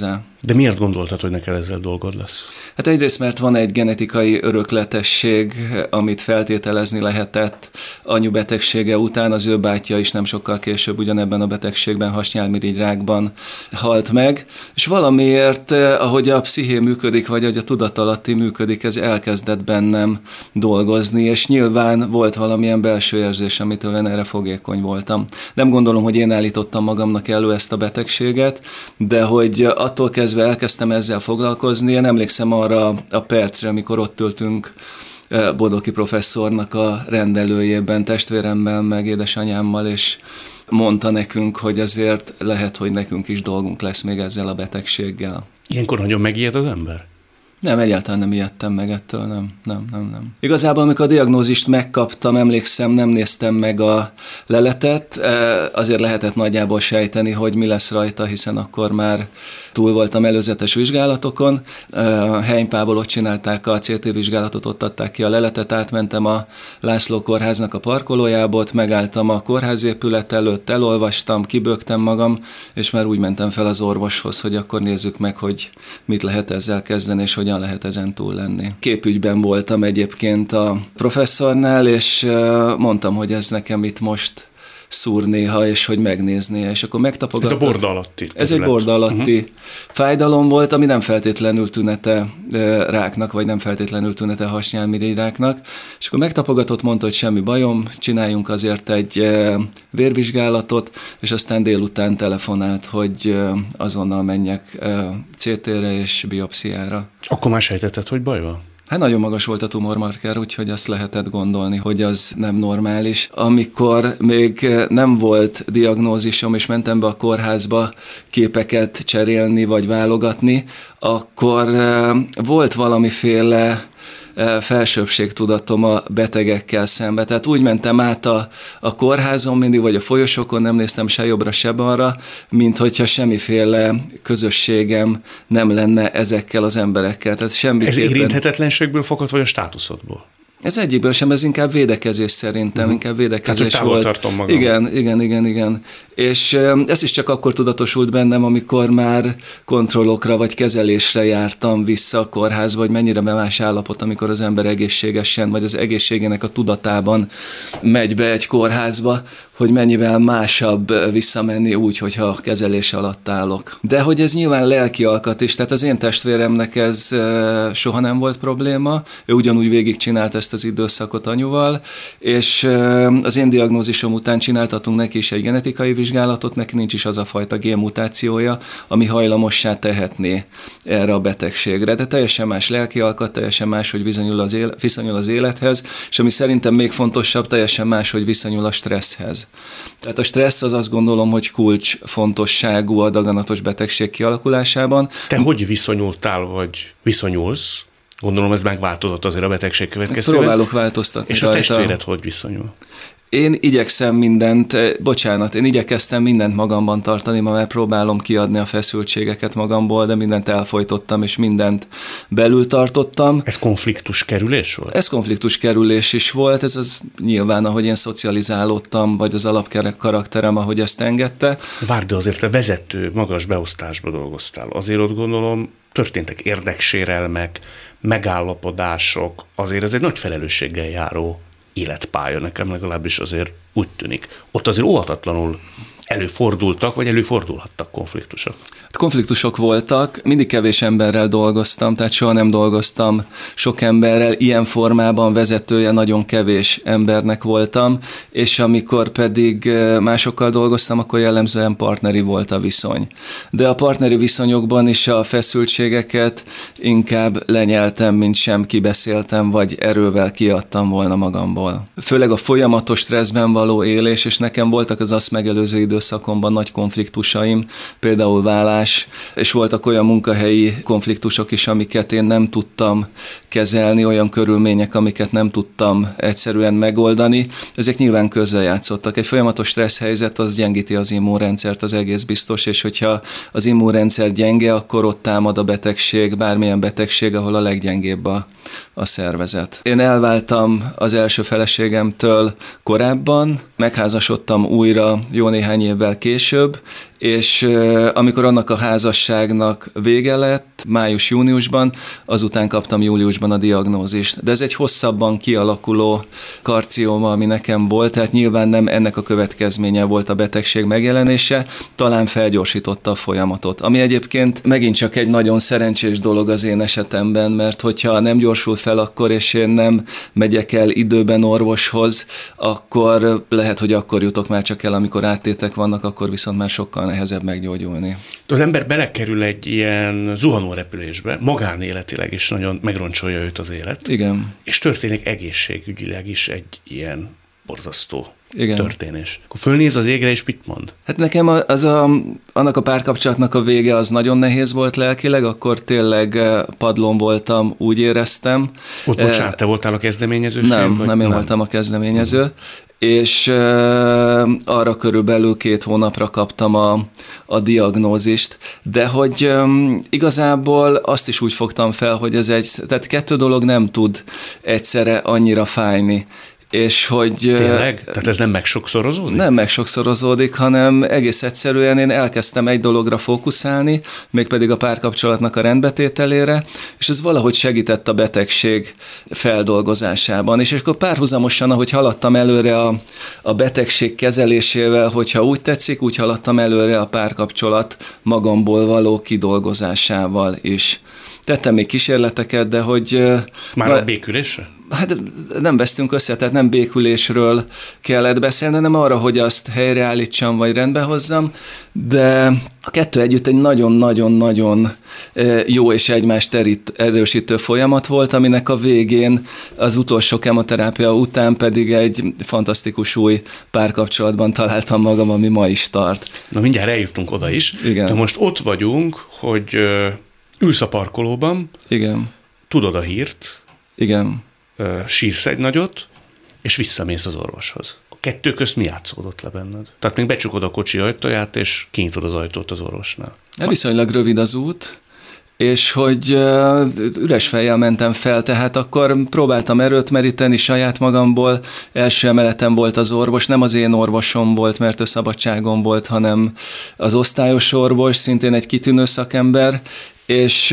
De miért gondoltad, hogy neked ezzel dolgod lesz? Hát egyrészt, mert van egy genetikai örökletesség, amit feltételezni lehetett anyubetegsége után. Az ő bátyja is nem sokkal később ugyanebben a betegségben, hasnyálmirigyrákban halt meg. És valamiért, ahogy a psziché működik, vagy ahogy a tudatalatti működik, ez elkezdett bennem dolgozni, és nyilván volt valamilyen belső érzés, amitől én erre fogékony voltam. Nem gondolom, hogy én állítottam magamnak elő ezt a betegséget, de hogy attól kezdve elkezdtem ezzel foglalkozni. Én emlékszem arra a percre, amikor ott ültünk Bodoki professzornak a rendelőjében, testvéremmel, meg édesanyámmal, és mondta nekünk, hogy azért lehet, hogy nekünk is dolgunk lesz még ezzel a betegséggel. Ilyenkor nagyon megijed az ember? Nem, egyáltalán nem ijedtem meg ettől, nem, nem, nem, nem. Igazából, amikor a diagnózist megkaptam, emlékszem, nem néztem meg a leletet, azért lehetett nagyjából sejteni, hogy mi lesz rajta, hiszen akkor már túl voltam előzetes vizsgálatokon. Heimpából ott csinálták a cé té vizsgálatot, ott adták ki a leletet, átmentem a László kórháznak a parkolójába, ott megálltam a kórházépület előtt, elolvastam, kibögtem magam, és már úgy mentem fel az orvoshoz, hogy akkor nézzük meg, hogy mit lehet ezzel kezdeni, és hogyan lehet ezen túl lenni. Képügyben voltam egyébként a professzornál, és mondtam, hogy ez nekem itt most szúr néha, és hogy megnézni, és akkor megtapogattam. Ez a borda alatti. Ez egy borda alatti uh-huh. fájdalom volt, ami nem feltétlenül tünete ráknak, vagy nem feltétlenül tünete hasnyálmirigyráknak, és akkor megtapogatott, mondta, hogy semmi bajom, csináljunk azért egy vérvizsgálatot, és aztán délután telefonált, hogy azonnal menjek cé té-re és biopsziára. Akkor már sejtetted, hogy baj van? Hát nagyon magas volt a tumormarker, úgyhogy azt lehetett gondolni, hogy az nem normális. Amikor még nem volt diagnózisom, és mentem be a kórházba képeket cserélni vagy válogatni, akkor volt valamiféle felsőbbségtudatom a betegekkel szembe. Tehát úgy mentem át a, a kórházon mindig, vagy a folyosókon, nem néztem se jobbra, se balra, mint hogyha semmiféle közösségem nem lenne ezekkel az emberekkel. Tehát semmiképpen... Ez érinthetetlenségből fakad, vagy a státuszodból? Ez egyikből sem, ez inkább védekezés szerintem, uh-huh. inkább védekezés hát, volt. Tartom magam. Igen, igen, igen, igen. És ez is csak akkor tudatosult bennem, amikor már kontrollokra vagy kezelésre jártam vissza a kórházba, hogy mennyire más állapot, amikor az ember egészségesen, vagy az egészségének a tudatában megy be egy kórházba, hogy mennyivel másabb visszamenni úgy, hogyha a kezelés alatt állok. De hogy ez nyilván lelki alkat is, tehát az én testvéremnek ez soha nem volt probléma, ő ugyanúgy végigcsinált ezt az időszakot anyuval, és az én diagnózisom után csináltatunk neki is egy genetikai vizsgálatot, neki nincs is az a fajta génmutációja, ami hajlamossá tehetné erre a betegségre. De teljesen más lelki alkat, teljesen más, hogy viszonyul az, éle, viszonyul az élethez, és ami szerintem még fontosabb, teljesen más, hogy viszonyul a stresszhez. Tehát a stressz az azt gondolom, hogy kulcsfontosságú a daganatos betegség kialakulásában. Te hogy viszonyultál, vagy viszonyulsz? Gondolom ez megváltozott azért a betegség következtében. Próbálok változtatni. És a testvéred hogy viszonyul? Én igyekszem mindent, bocsánat, én igyekeztem mindent magamban tartani, ma már próbálom kiadni a feszültségeket magamból, de mindent elfojtottam, és mindent belül tartottam. Ez konfliktus kerülés volt? Ez konfliktus kerülés is volt, ez az nyilván, ahogy én szocializálódtam, vagy az alapkarakterem, ahogy ezt engedte. Várd, de azért a vezető, magas beosztásba dolgoztál. Azért ott gondolom, történtek érdeksérelmek, megállapodások, azért ez egy nagy felelősséggel járó életpálya, nekem legalábbis azért úgy tűnik. Ott azért óhatatlanul előfordultak, vagy előfordulhattak konfliktusok? Konfliktusok voltak, mindig kevés emberrel dolgoztam, tehát soha nem dolgoztam sok emberrel, ilyen formában vezetője nagyon kevés embernek voltam, és amikor pedig másokkal dolgoztam, akkor jellemzően partneri volt a viszony. De a partneri viszonyokban is a feszültségeket inkább lenyeltem, mint sem kibeszéltem, vagy erővel kiadtam volna magamból. Főleg a folyamatos stresszben való élés, és nekem voltak az azt megelőző időszakomban nagy konfliktusaim, például vállás, és voltak olyan munkahelyi konfliktusok is, amiket én nem tudtam kezelni, olyan körülmények, amiket nem tudtam egyszerűen megoldani. Ezek nyilván közrejátszottak. Egy folyamatos stressz helyzet az gyengíti az immunrendszert, az egész biztos, és hogyha az immunrendszer gyenge, akkor ott támad a betegség, bármilyen betegség, ahol a leggyengébb a, a szervezet. Én elváltam az első feleségemtől korábban, megházasodtam újra jó néhány évvel később, és amikor annak a házasságnak vége lett, május-júniusban, azután kaptam júliusban a diagnózist. De ez egy hosszabban kialakuló karcioma, ami nekem volt, tehát nyilván nem ennek a következménye volt a betegség megjelenése, talán felgyorsította a folyamatot. Ami egyébként megint csak egy nagyon szerencsés dolog az én esetemben, mert hogyha nem gyorsul fel akkor, és én nem megyek el időben orvoshoz, akkor lehet, hogy akkor jutok már csak el, amikor áttétek vannak, akkor viszont már sokkal nehezebb meggyógyulni. Az ember belekerül egy ilyen zuhanórepülésbe, magánéletileg is nagyon megroncsolja őt az élet. Igen. És történik egészségügyileg is egy ilyen borzasztó Igen. történés. Akkor fölnéz az égre, és mit mond? Hát nekem az a, annak a párkapcsolatnak a vége az nagyon nehéz volt lelkileg, akkor tényleg padlón voltam, úgy éreztem. Ott bocsánat, te voltál a kezdeményező? Nem, fél, nem én nem. voltam a kezdeményező. Hmm. És uh, arra körülbelül két hónapra kaptam a, a diagnózist, de hogy um, igazából azt is úgy fogtam fel, hogy ez egy, tehát kettő dolog nem tud egyszerre annyira fájni. És hogy... Tényleg? Tehát ez nem megsokszorozódik? Nem megsokszorozódik, hanem egész egyszerűen én elkezdtem egy dologra fókuszálni, mégpedig a párkapcsolatnak a rendbetételére, és ez valahogy segített a betegség feldolgozásában. És akkor párhuzamosan, ahogy haladtam előre a, a betegség kezelésével, hogyha úgy tetszik, úgy haladtam előre a párkapcsolat magamból való kidolgozásával is. Tettem még kísérleteket, de hogy... Már na, a békülésre? Hát nem vesztünk össze, tehát nem békülésről kellett beszélni, hanem arra, hogy azt helyreállítsam, vagy rendbe hozzam, de a kettő együtt egy nagyon-nagyon-nagyon jó és egymást erősítő folyamat volt, aminek a végén az utolsó kemoterápia után pedig egy fantasztikus új párkapcsolatban találtam magam, ami ma is tart. Na mindjárt eljutunk oda is. Igen. De most ott vagyunk, hogy ülsz a parkolóban, Igen. tudod a hírt, Igen. sírsz egy nagyot, és visszamész az orvoshoz. A kettő közt mi játszódott le benned? Tehát még becsukod a kocsi ajtaját, és kinyitod az ajtót az orvosnál. Viszonylag rövid az út, és hogy üres fejjel mentem fel, tehát akkor próbáltam erőt meríteni saját magamból. Első emeleten volt az orvos, nem az én orvosom volt, mert ő szabadságon volt, hanem az osztályos orvos, szintén egy kitűnő szakember, és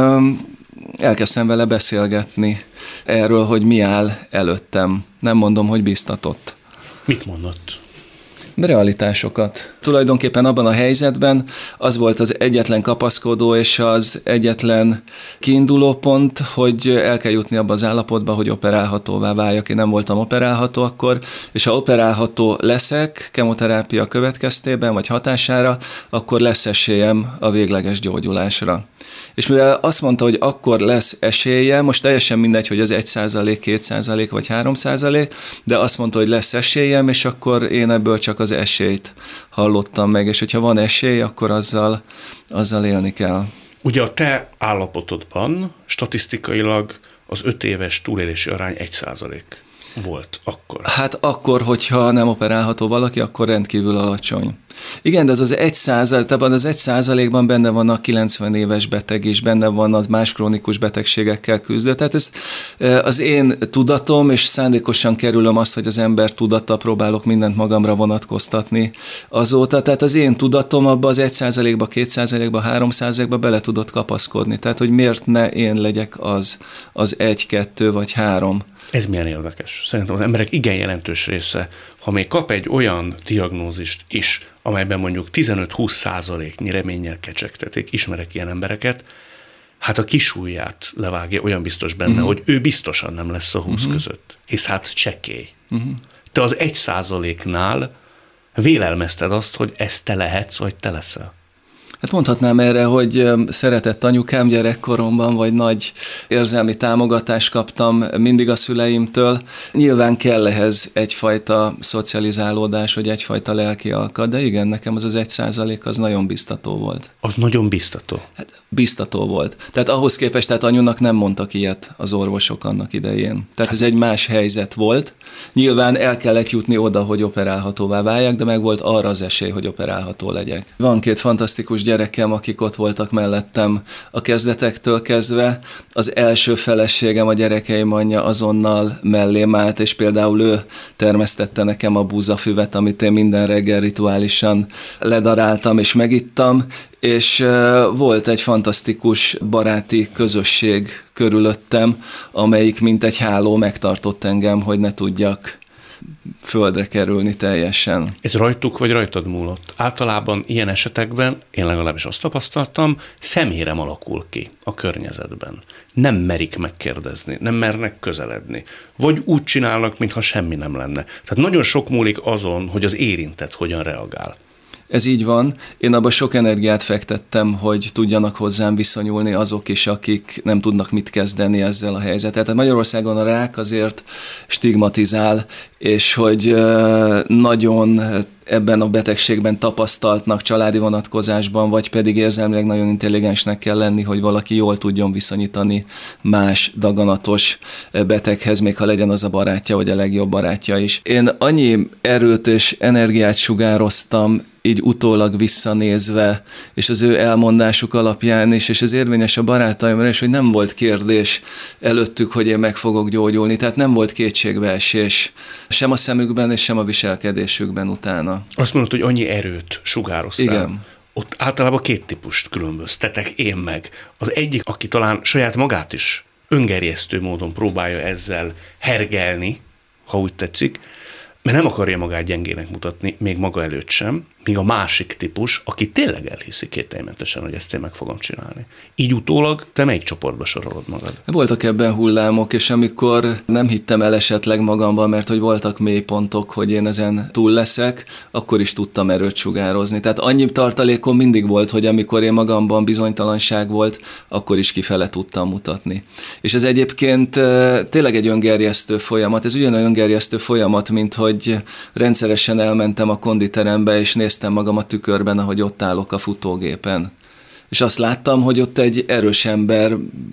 elkezdtem vele beszélgetni erről, hogy mi áll előttem. Nem mondom, hogy biztatott. Mit mondott? Realitásokat. Tulajdonképpen abban a helyzetben az volt az egyetlen kapaszkodó és az egyetlen kiinduló pont, hogy el kell jutni abba az állapotba, hogy operálhatóvá váljak. Én nem voltam operálható akkor, és ha operálható leszek kemoterápia következtében vagy hatására, akkor lesz esélyem a végleges gyógyulásra. És mivel azt mondta, hogy akkor lesz esélye, most teljesen mindegy, hogy az egy százalék, két százalék vagy három százalék, de azt mondta, hogy lesz esélyem, és akkor én ebből csak az esélyt hallottam meg, és hogyha van esély, akkor azzal, azzal élni kell. Ugye a te állapotodban statisztikailag az öt éves túlélési arány egy százalék volt akkor. Hát akkor, hogyha nem operálható valaki, akkor rendkívül alacsony. Igen, de az az egy százalékban, az egy százalékban benne van a kilencven éves beteg is, benne van az más krónikus betegségekkel küzdő. Tehát ez az én tudatom, és szándékosan kerülöm azt, hogy az ember tudata, próbálok mindent magamra vonatkoztatni azóta. Tehát az én tudatom abba az egy százalékba, két százalékba, három százalékba bele tudott kapaszkodni. Tehát, hogy miért ne én legyek az, az egy, kettő vagy három. Ez milyen érdekes. Szerintem az emberek igen jelentős része, ha még kap egy olyan diagnózist is, amelyben mondjuk tizenöt-húsz százaléknyi reménnyel kecsegtetik, ismerek ilyen embereket, hát a kisujját levágja, olyan biztos benne, uh-huh. hogy ő biztosan nem lesz a húsz uh-huh. között, hisz hát csekély. Uh-huh. Te az egy százaléknál vélelmezted azt, hogy ezt te lehetsz, vagy te leszel. Hát mondhatnám erre, hogy szeretett anyukám gyerekkoromban, vagy nagy érzelmi támogatást kaptam mindig a szüleimtől. Nyilván kell ehhez egyfajta szocializálódás, vagy egyfajta lelki alkat, de igen, nekem az az egy százalék az nagyon biztató volt. Az nagyon biztató? Hát biztató volt. Tehát ahhoz képest, tehát anyunak nem mondtak ilyet az orvosok annak idején. Tehát ez egy más helyzet volt. Nyilván el kellett jutni oda, hogy operálhatóvá váljak, de meg volt arra az esély, hogy operálható legyek. Van két fantasztikus gyerekem, akik ott voltak mellettem a kezdetektől kezdve. Az első feleségem, a gyerekeim anyja azonnal mellém állt, és például ő termesztette nekem a búzafüvet, amit én minden reggel rituálisan ledaráltam és megittam, és volt egy fantasztikus baráti közösség körülöttem, amelyik mint egy háló megtartott engem, hogy ne tudjak földre kerülni teljesen. Ez rajtuk vagy rajtad múlott? Általában ilyen esetekben, én legalábbis azt tapasztaltam, személyem alakul ki a környezetben. Nem merik megkérdezni, nem mernek közeledni. Vagy úgy csinálnak, mintha semmi nem lenne. Tehát nagyon sok múlik azon, hogy az érintett hogyan reagál. Ez így van. Én abban sok energiát fektettem, hogy tudjanak hozzám viszonyulni azok is, akik nem tudnak mit kezdeni ezzel a helyzettel. Tehát Magyarországon a rák azért stigmatizál, és hogy nagyon ebben a betegségben tapasztaltnak családi vonatkozásban, vagy pedig érzelmileg nagyon intelligensnek kell lenni, hogy valaki jól tudjon viszonyítani más daganatos beteghez, még ha legyen az a barátja, vagy a legjobb barátja is. Én annyi erőt és energiát sugároztam, így utólag visszanézve, és az ő elmondásuk alapján is, és ez érvényes a barátaimra is, hogy nem volt kérdés előttük, hogy én meg fogok gyógyulni, tehát nem volt kétségbeesés sem a szemükben, és sem a viselkedésükben utána. Azt mondod, hogy annyi erőt sugároztál. Igen. Ott általában két típust különböztetek, én meg. Az egyik, aki talán saját magát is öngerjesztő módon próbálja ezzel hergelni, ha úgy tetszik, mert nem akarja magát gyengének mutatni, még maga előtt sem, míg a másik típus, aki tényleg elhiszi kételjementesen, hogy ezt én meg fogom csinálni. Így utólag te melyik csoportba sorolod magad? Voltak ebben hullámok, és amikor nem hittem el esetleg magamban, mert hogy voltak mélypontok, hogy én ezen túl leszek, akkor is tudtam erőt sugározni. Tehát annyi tartalékom mindig volt, hogy amikor én magamban bizonytalanság volt, akkor is kifele tudtam mutatni. És ez egyébként tényleg egy öngerjesztő folyamat. Ez ugyanolyan öngerjesztő folyamat, mint hogy rendszeresen elmentem a konditerembe, és néztem magam a tükörben, ahogy ott állok a futógépen. És azt láttam, hogy ott egy erős ember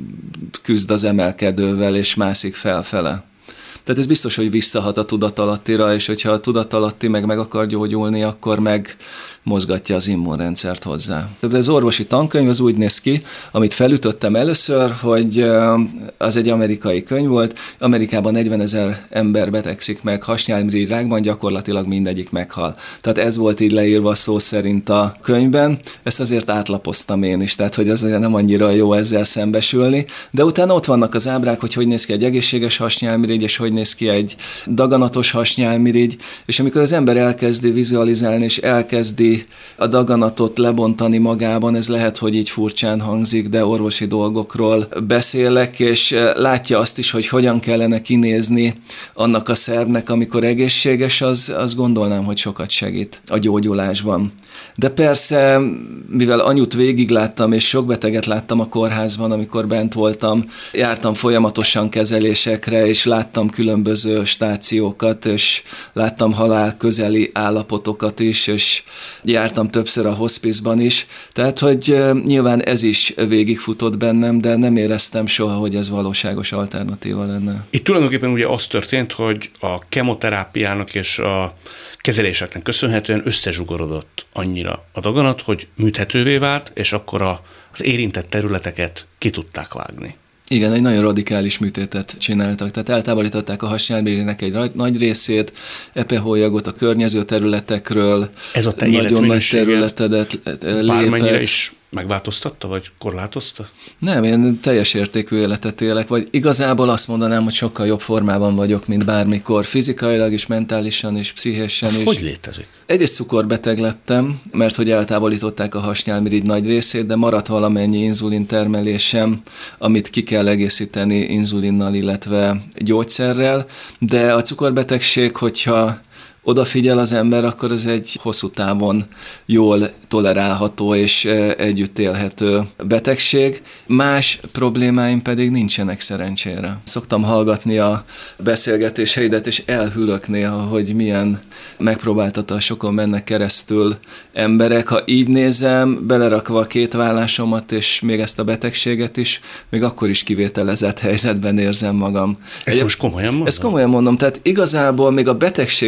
küzd az emelkedővel, és mászik felfele. Tehát ez biztos, hogy visszahat a tudatalattira, és hogyha a tudatalatti meg meg akar gyógyulni, akkor meg mozgatja az immunrendszert hozzá. De az orvosi tankönyv az úgy néz ki, amit felütöttem először, hogy az egy amerikai könyv volt. Amerikában negyvenezer ember betegszik meg hasnyálmirigy rákban, gyakorlatilag mindegyik meghal. Tehát ez volt így leírva szó szerint a könyvben. Ezt azért átlapoztam én is, tehát hogy azért nem annyira jó ezzel szembesülni. De utána ott vannak az ábrák, hogy hogy néz ki egy egészséges hasnyálmirigy, és hogy néz ki egy daganatos hasnyálmirigy, és amikor az ember elkezdi vizualizálni, és elkezdi a daganatot lebontani magában, ez lehet, hogy így furcsán hangzik, de orvosi dolgokról beszélek, és látja azt is, hogy hogyan kellene kinézni annak a szervnek, amikor egészséges, az, az gondolnám, hogy sokat segít a gyógyulásban. De persze, mivel anyut végigláttam, és sok beteget láttam a kórházban, amikor bent voltam, jártam folyamatosan kezelésekre, és láttam különböző stációkat, és láttam halál közeli állapotokat is, és jártam többször a hospice-ban is, tehát, hogy nyilván ez is végigfutott bennem, de nem éreztem soha, hogy ez valóságos alternatíva lenne. Itt tulajdonképpen ugye az történt, hogy a kemoterápiának és a kezeléseknek köszönhetően összezsugorodott annyira a daganat, hogy műthetővé vált, és akkor a, az érintett területeket ki tudták vágni. Igen, egy nagyon radikális műtétet csináltak, tehát eltávolították a hasnyálmirigynek egy nagy részét, epehólyagot a környező területekről, ez a te nagyon nagy területedet lépett. Bármennyire is megváltoztatta, vagy korlátozta? Nem, én teljes értékű életet élek, vagy igazából azt mondanám, hogy sokkal jobb formában vagyok, mint bármikor, fizikailag is, mentálisan is, pszichésen is. Hogy létezik? Egyrészt cukorbeteg lettem, mert hogy eltávolították a hasnyálmirigy nagy részét, de maradt valamennyi inzulin termelésem, amit ki kell egészíteni inzulinnal, illetve gyógyszerrel, de a cukorbetegség, hogyha odafigyel az ember, akkor ez egy hosszú távon jól tolerálható és együtt élhető betegség. Más problémáim pedig nincsenek szerencsére. Szoktam hallgatni a beszélgetéseidet, és elhűlök néha, hogy milyen megpróbáltatásokon mennek keresztül emberek. Ha így nézem, belerakva a két vállásomat, és még ezt a betegséget is, még akkor is kivételezett helyzetben érzem magam. Ezt most komolyan mondom? Ezt komolyan mondom, tehát igazából még a betegség alatt is,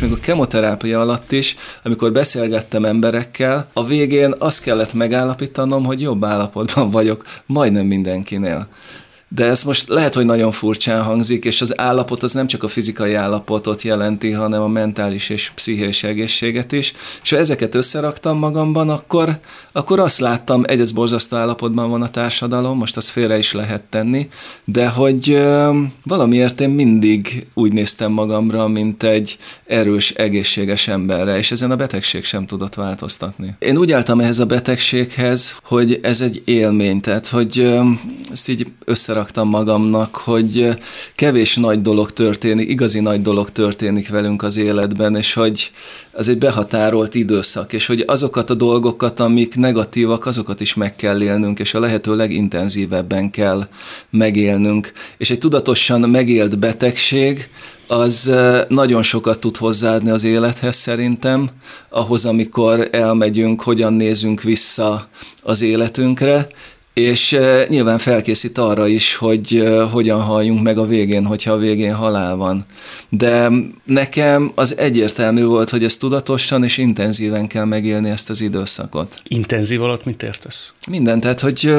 még a kemoterápia alatt is, amikor beszélgettem emberekkel, a végén azt kellett megállapítanom, hogy jobb állapotban vagyok majdnem mindenkinél. De ez most lehet, hogy nagyon furcsán hangzik, és az állapot az nem csak a fizikai állapotot jelenti, hanem a mentális és pszichés egészséget is. És ha ezeket összeraktam magamban, akkor, akkor azt láttam, egyrészt borzasztó állapotban van a társadalom, most azt félre is lehet tenni, de hogy ö, valamiért én mindig úgy néztem magamra, mint egy erős, egészséges emberre, és ezen a betegség sem tudott változtatni. Én úgy álltam ehhez a betegséghez, hogy ez egy élmény, tehát hogy ö, ezt így összeraktam magamnak, hogy kevés nagy dolog történik, igazi nagy dolog történik velünk az életben, és hogy ez egy behatárolt időszak, és hogy azokat a dolgokat, amik negatívak, azokat is meg kell élnünk, és a lehető legintenzívebben kell megélnünk. És egy tudatosan megélt betegség, az nagyon sokat tud hozzáadni az élethez szerintem, ahhoz, amikor elmegyünk, hogyan nézünk vissza az életünkre, és nyilván felkészít arra is, hogy hogyan halljunk meg a végén, hogyha a végén halál van. De nekem az egyértelmű volt, hogy ezt tudatosan és intenzíven kell megélni ezt az időszakot. Intenzív alatt mit értesz? Minden, tehát hogy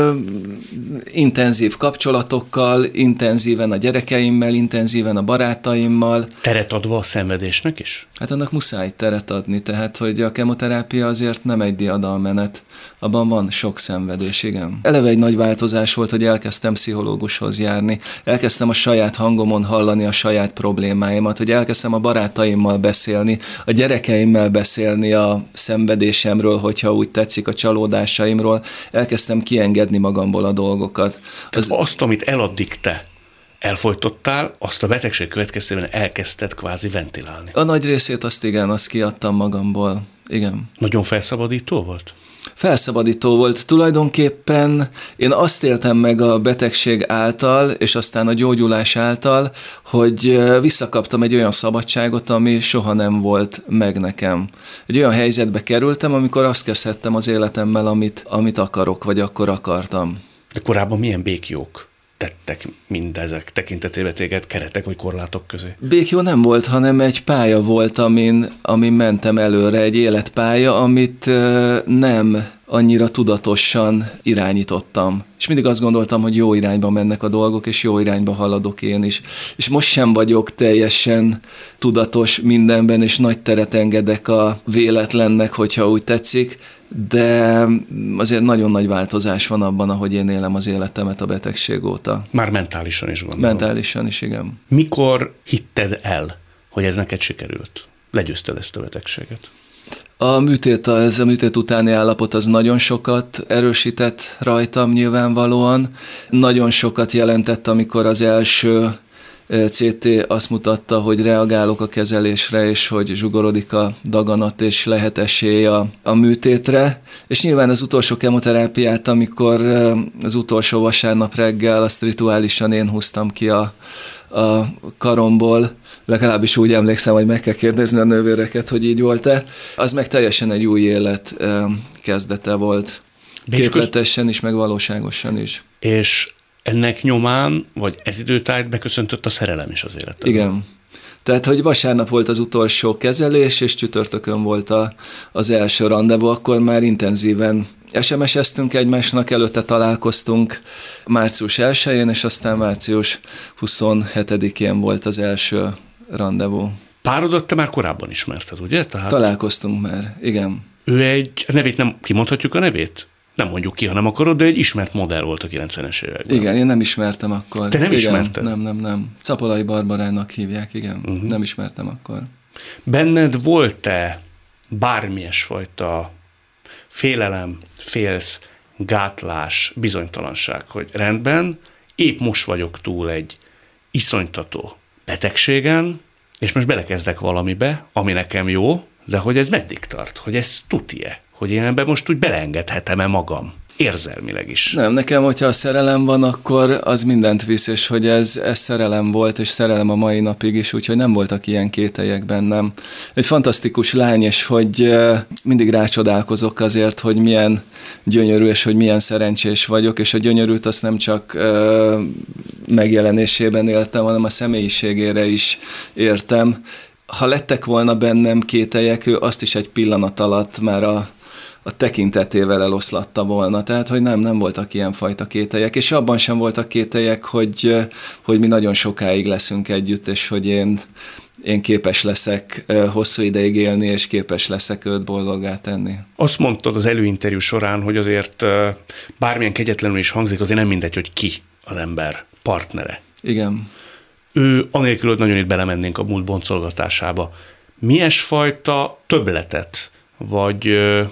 intenzív kapcsolatokkal, intenzíven a gyerekeimmel, intenzíven a barátaimmal. Teret adva a szenvedésnek is? Hát annak muszáj teret adni, tehát hogy a kemoterápia azért nem egy diadalmenet, abban van sok szenvedés, igen. Eleve egy nagy változás volt, hogy elkezdtem pszichológushoz járni, elkezdtem a saját hangomon hallani a saját problémáimat, hogy elkezdtem a barátaimmal beszélni, a gyerekeimmel beszélni a szenvedésemről, hogyha úgy tetszik, a csalódásaimról, elkezdtem kiengedni magamból a dolgokat. Az... Azt, amit eladdig te elfojtottál, azt a betegség következtében elkezdted kvázi ventilálni. A nagy részét azt igen, azt kiadtam magamból, igen. Nagyon felszabadító volt? Felszabadító volt. Tulajdonképpen én azt éltem meg a betegség által, és aztán a gyógyulás által, hogy visszakaptam egy olyan szabadságot, ami soha nem volt meg nekem. Egy olyan helyzetbe kerültem, amikor azt kezdhettem az életemmel, amit, amit akarok, vagy akkor akartam. De korábban milyen békjók tettek mindezek tekintetében téged keretek vagy korlátok közé? Békjó nem volt, hanem egy pálya volt, amin, amin mentem előre, egy életpálya, amit nem annyira tudatosan irányítottam. És mindig azt gondoltam, hogy jó irányba mennek a dolgok, és jó irányba haladok én is. És most sem vagyok teljesen tudatos mindenben, és nagy teret engedek a véletlennek, hogyha úgy tetszik, de azért nagyon nagy változás van abban, ahogy én élem az életemet a betegség óta. Már mentálisan is gondolom. Mentálisan is, igen. Mikor hitted el, hogy ez neked sikerült? Legyőzted ezt a betegséget? A műtét, ez a műtét utáni állapot az nagyon sokat erősített rajtam nyilvánvalóan. Nagyon sokat jelentett, amikor az első cé té azt mutatta, hogy reagálok a kezelésre, és hogy zsugorodik a daganat, és lehet esély a, a műtétre. És nyilván az utolsó kemoterápiát, amikor az utolsó vasárnap reggel azt rituálisan én húztam ki a, a karomból, legalábbis úgy emlékszem, hogy meg kell kérdezni a nővéreket, hogy így volt-e. Az meg teljesen egy új élet kezdete volt. Képletesen is, meg valóságosan is. És ennek nyomán, vagy ez időtájt beköszöntött a szerelem is az életben. Igen. Tehát, hogy vasárnap volt az utolsó kezelés, és csütörtökön volt a, az első randevú, akkor már intenzíven es em es-eztünk egymásnak, előtte találkoztunk március elsején, és aztán március huszonhetedikén volt az első randevú. Párodat te már korábban ismerted, ugye? Tehát találkoztunk már, igen. Ő egy, a nevét nem kimondhatjuk a nevét? Nem mondjuk ki, ha nem akarod, de egy ismert modell volt a kilencvenes években. Igen, én nem ismertem akkor. Te nem igen, ismerted? Nem, nem, nem. Capolai Barbarának hívják, igen. Uh-huh. Nem ismertem akkor. Benned volt-e bármilyesfajta félelem, félsz, gátlás, bizonytalanság, hogy rendben, épp most vagyok túl egy iszonytató betegségen, és most belekezdek valamibe, ami nekem jó, de hogy ez meddig tart? Hogy ez tuti-e? Hogy én ebben most úgy beleengedhetem-e magam? Érzelmileg is. Nem, nekem, hogyha a szerelem van, akkor az mindent visz, és hogy ez, ez szerelem volt, és szerelem a mai napig is, úgyhogy nem voltak ilyen kételyek bennem. Egy fantasztikus lány, és hogy mindig rácsodálkozok azért, hogy milyen gyönyörű, és hogy milyen szerencsés vagyok, és a gyönyörűt azt nem csak uh, megjelenésében éltem, hanem a személyiségére is értem, ha lettek volna bennem kételyek, ő azt is egy pillanat alatt már a, a tekintetével eloszlatta volna. Tehát, hogy nem, nem voltak ilyenfajta kételyek, és abban sem voltak kételyek, hogy, hogy mi nagyon sokáig leszünk együtt, és hogy én, én képes leszek hosszú ideig élni, és képes leszek őt boldoggá tenni. Azt mondtad az előinterjú során, hogy azért bármilyen kegyetlenül is hangzik, azért nem mindegy, hogy ki az ember partnere. Igen. Ő, anélkül, hogy nagyon itt belemennénk a múlt boncolgatásába, milyesfajta többletet, vagy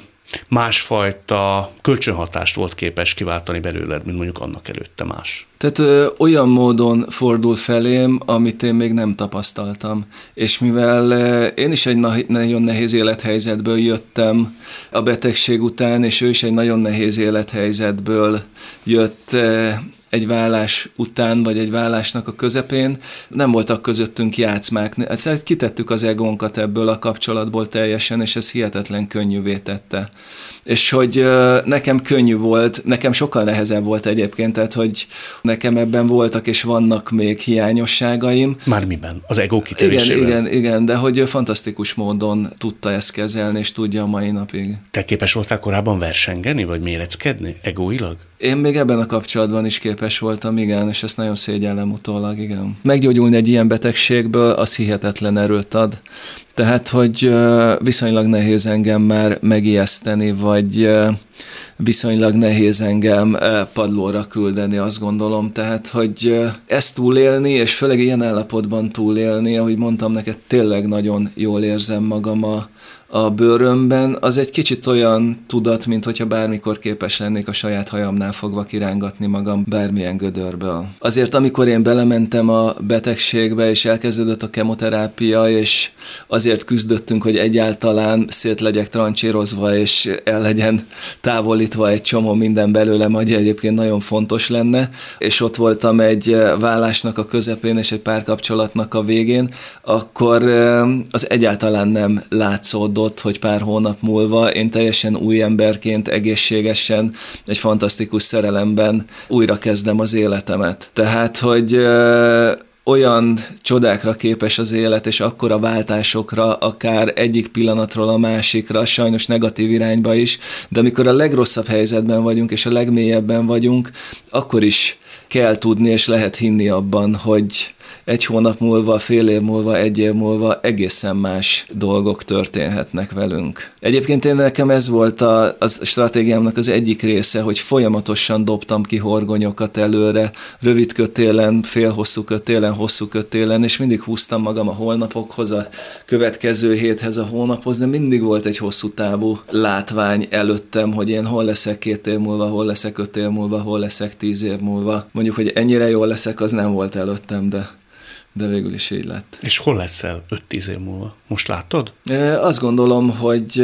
másfajta kölcsönhatást volt képes kiváltani belőled, mint mondjuk annak előtte más? Tehát ö, olyan módon fordul felém, amit én még nem tapasztaltam. És mivel ö, én is egy na- nagyon nehéz élethelyzetből jöttem a betegség után, és ő is egy nagyon nehéz élethelyzetből jött ö, egy vállás után, vagy egy vállásnak a közepén, nem voltak közöttünk játszmák. Egyszerűen kitettük az egónkat ebből a kapcsolatból teljesen, és ez hihetetlen könnyűvé tette. És hogy ö, nekem könnyű volt, nekem sokkal nehezebb volt egyébként, tehát hogy nekem ebben voltak és vannak még hiányosságaim. Már miben? Az ego kitörésével? Igen, igen, igen, de hogy fantasztikus módon tudta ezt kezelni, és tudja a mai napig. Te képes voltál korábban versengeni, vagy méreckedni egóilag? Én még ebben a kapcsolatban is képes voltam, igen, és ezt nagyon szégyellem utólag, igen. Meggyógyulni egy ilyen betegségből, az hihetetlen erőt ad. Tehát, hogy viszonylag nehéz engem már megijeszteni, vagy viszonylag nehéz engem padlóra küldeni, azt gondolom. Tehát, hogy ezt túlélni, és főleg ilyen állapotban túlélni, ahogy mondtam neked, tényleg nagyon jól érzem magam a, a bőrömben, az egy kicsit olyan tudat, mint hogyha bármikor képes lennék a saját hajamnál fogva kirángatni magam bármilyen gödörből. Azért, amikor én belementem a betegségbe, és elkezdődött a kemoterápia, és azért küzdöttünk, hogy egyáltalán szét legyek trancsírozva, és el legyen távolítva egy csomó minden belőlem, hogy egyébként nagyon fontos lenne, és ott voltam egy vállásnak a közepén, és egy párkapcsolatnak a végén, akkor az egyáltalán nem látszódott, hogy pár hónap múlva én teljesen új emberként, egészségesen, egy fantasztikus szerelemben újra kezdem az életemet. Tehát, hogy ö, olyan csodákra képes az élet, és akkora váltásokra, akár egyik pillanatról a másikra, sajnos negatív irányba is, de amikor a legrosszabb helyzetben vagyunk, és a legmélyebben vagyunk, akkor is kell tudni, és lehet hinni abban, hogy egy hónap múlva, fél év múlva, egy év múlva egészen más dolgok történhetnek velünk. Egyébként én nekem ez volt a, a stratégiámnak az egyik része, hogy folyamatosan dobtam ki horgonyokat előre, rövid kötélen, félhosszú kötélen, hosszú kötélen, és mindig húztam magam a holnapokhoz, a következő héthez, a hónaphoz, de mindig volt egy hosszú távú látvány előttem, hogy én hol leszek két év múlva, hol leszek öt év múlva, hol leszek tíz év múlva. Mondjuk, hogy ennyire jól leszek, az nem volt előttem, de de végül is így lett. És hol leszel öt-tíz év múlva? Most látod? Azt gondolom, hogy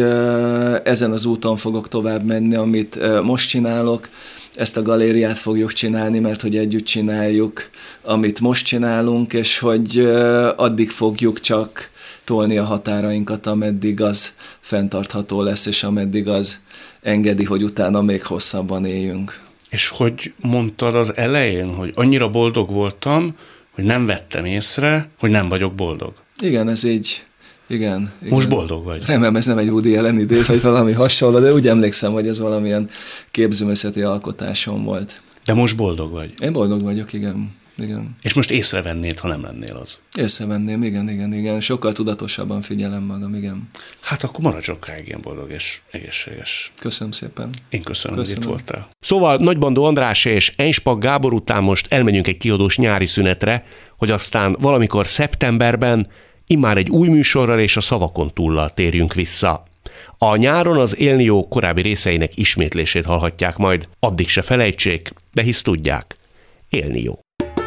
ezen az úton fogok tovább menni, amit most csinálok. Ezt a galériát fogjuk csinálni, mert hogy együtt csináljuk, amit most csinálunk, és hogy addig fogjuk csak tolni a határainkat, ameddig az fenntartható lesz, és ameddig az engedi, hogy utána még hosszabban éljünk. És hogy mondtad az elején, hogy annyira boldog voltam, hogy nem vettem észre, hogy nem vagyok boldog. Igen, ez így, igen. igen. Most boldog vagy. Remélem, ez nem egy Woody Allen idéz, vagy valami hasonló, de úgy emlékszem, hogy ez valamilyen képzőművészeti alkotásom volt. De most boldog vagy. Én boldog vagyok, igen. igen. És most észrevennéd, ha nem lennél az. Észrevenném, igen, igen, igen. Sokkal tudatosabban figyelem magam, igen. Hát akkor maradj sokáig ilyen boldog és egészséges. Köszönöm szépen. Én köszönöm, köszönöm. hogy itt voltál. Szóval Nagybandó András és Enspag Gábor után most elmegyünk egy kiadós nyári szünetre, hogy aztán valamikor szeptemberben immár egy új műsorral és a szavakon túllal térjünk vissza. A nyáron az Élni jó korábbi részeinek ismétlését hallhatják majd, addig se felejtsék, de hisz tudják, élni jó.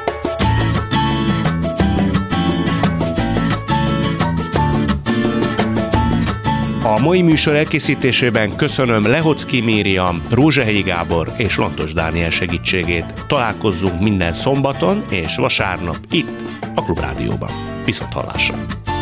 A mai műsor elkészítésében köszönöm Lehocki Miriam, Rózsahelyi Gábor és Lantos Dániel segítségét. Találkozzunk minden szombaton és vasárnap itt, a Klubrádióban. Viszonthallásra!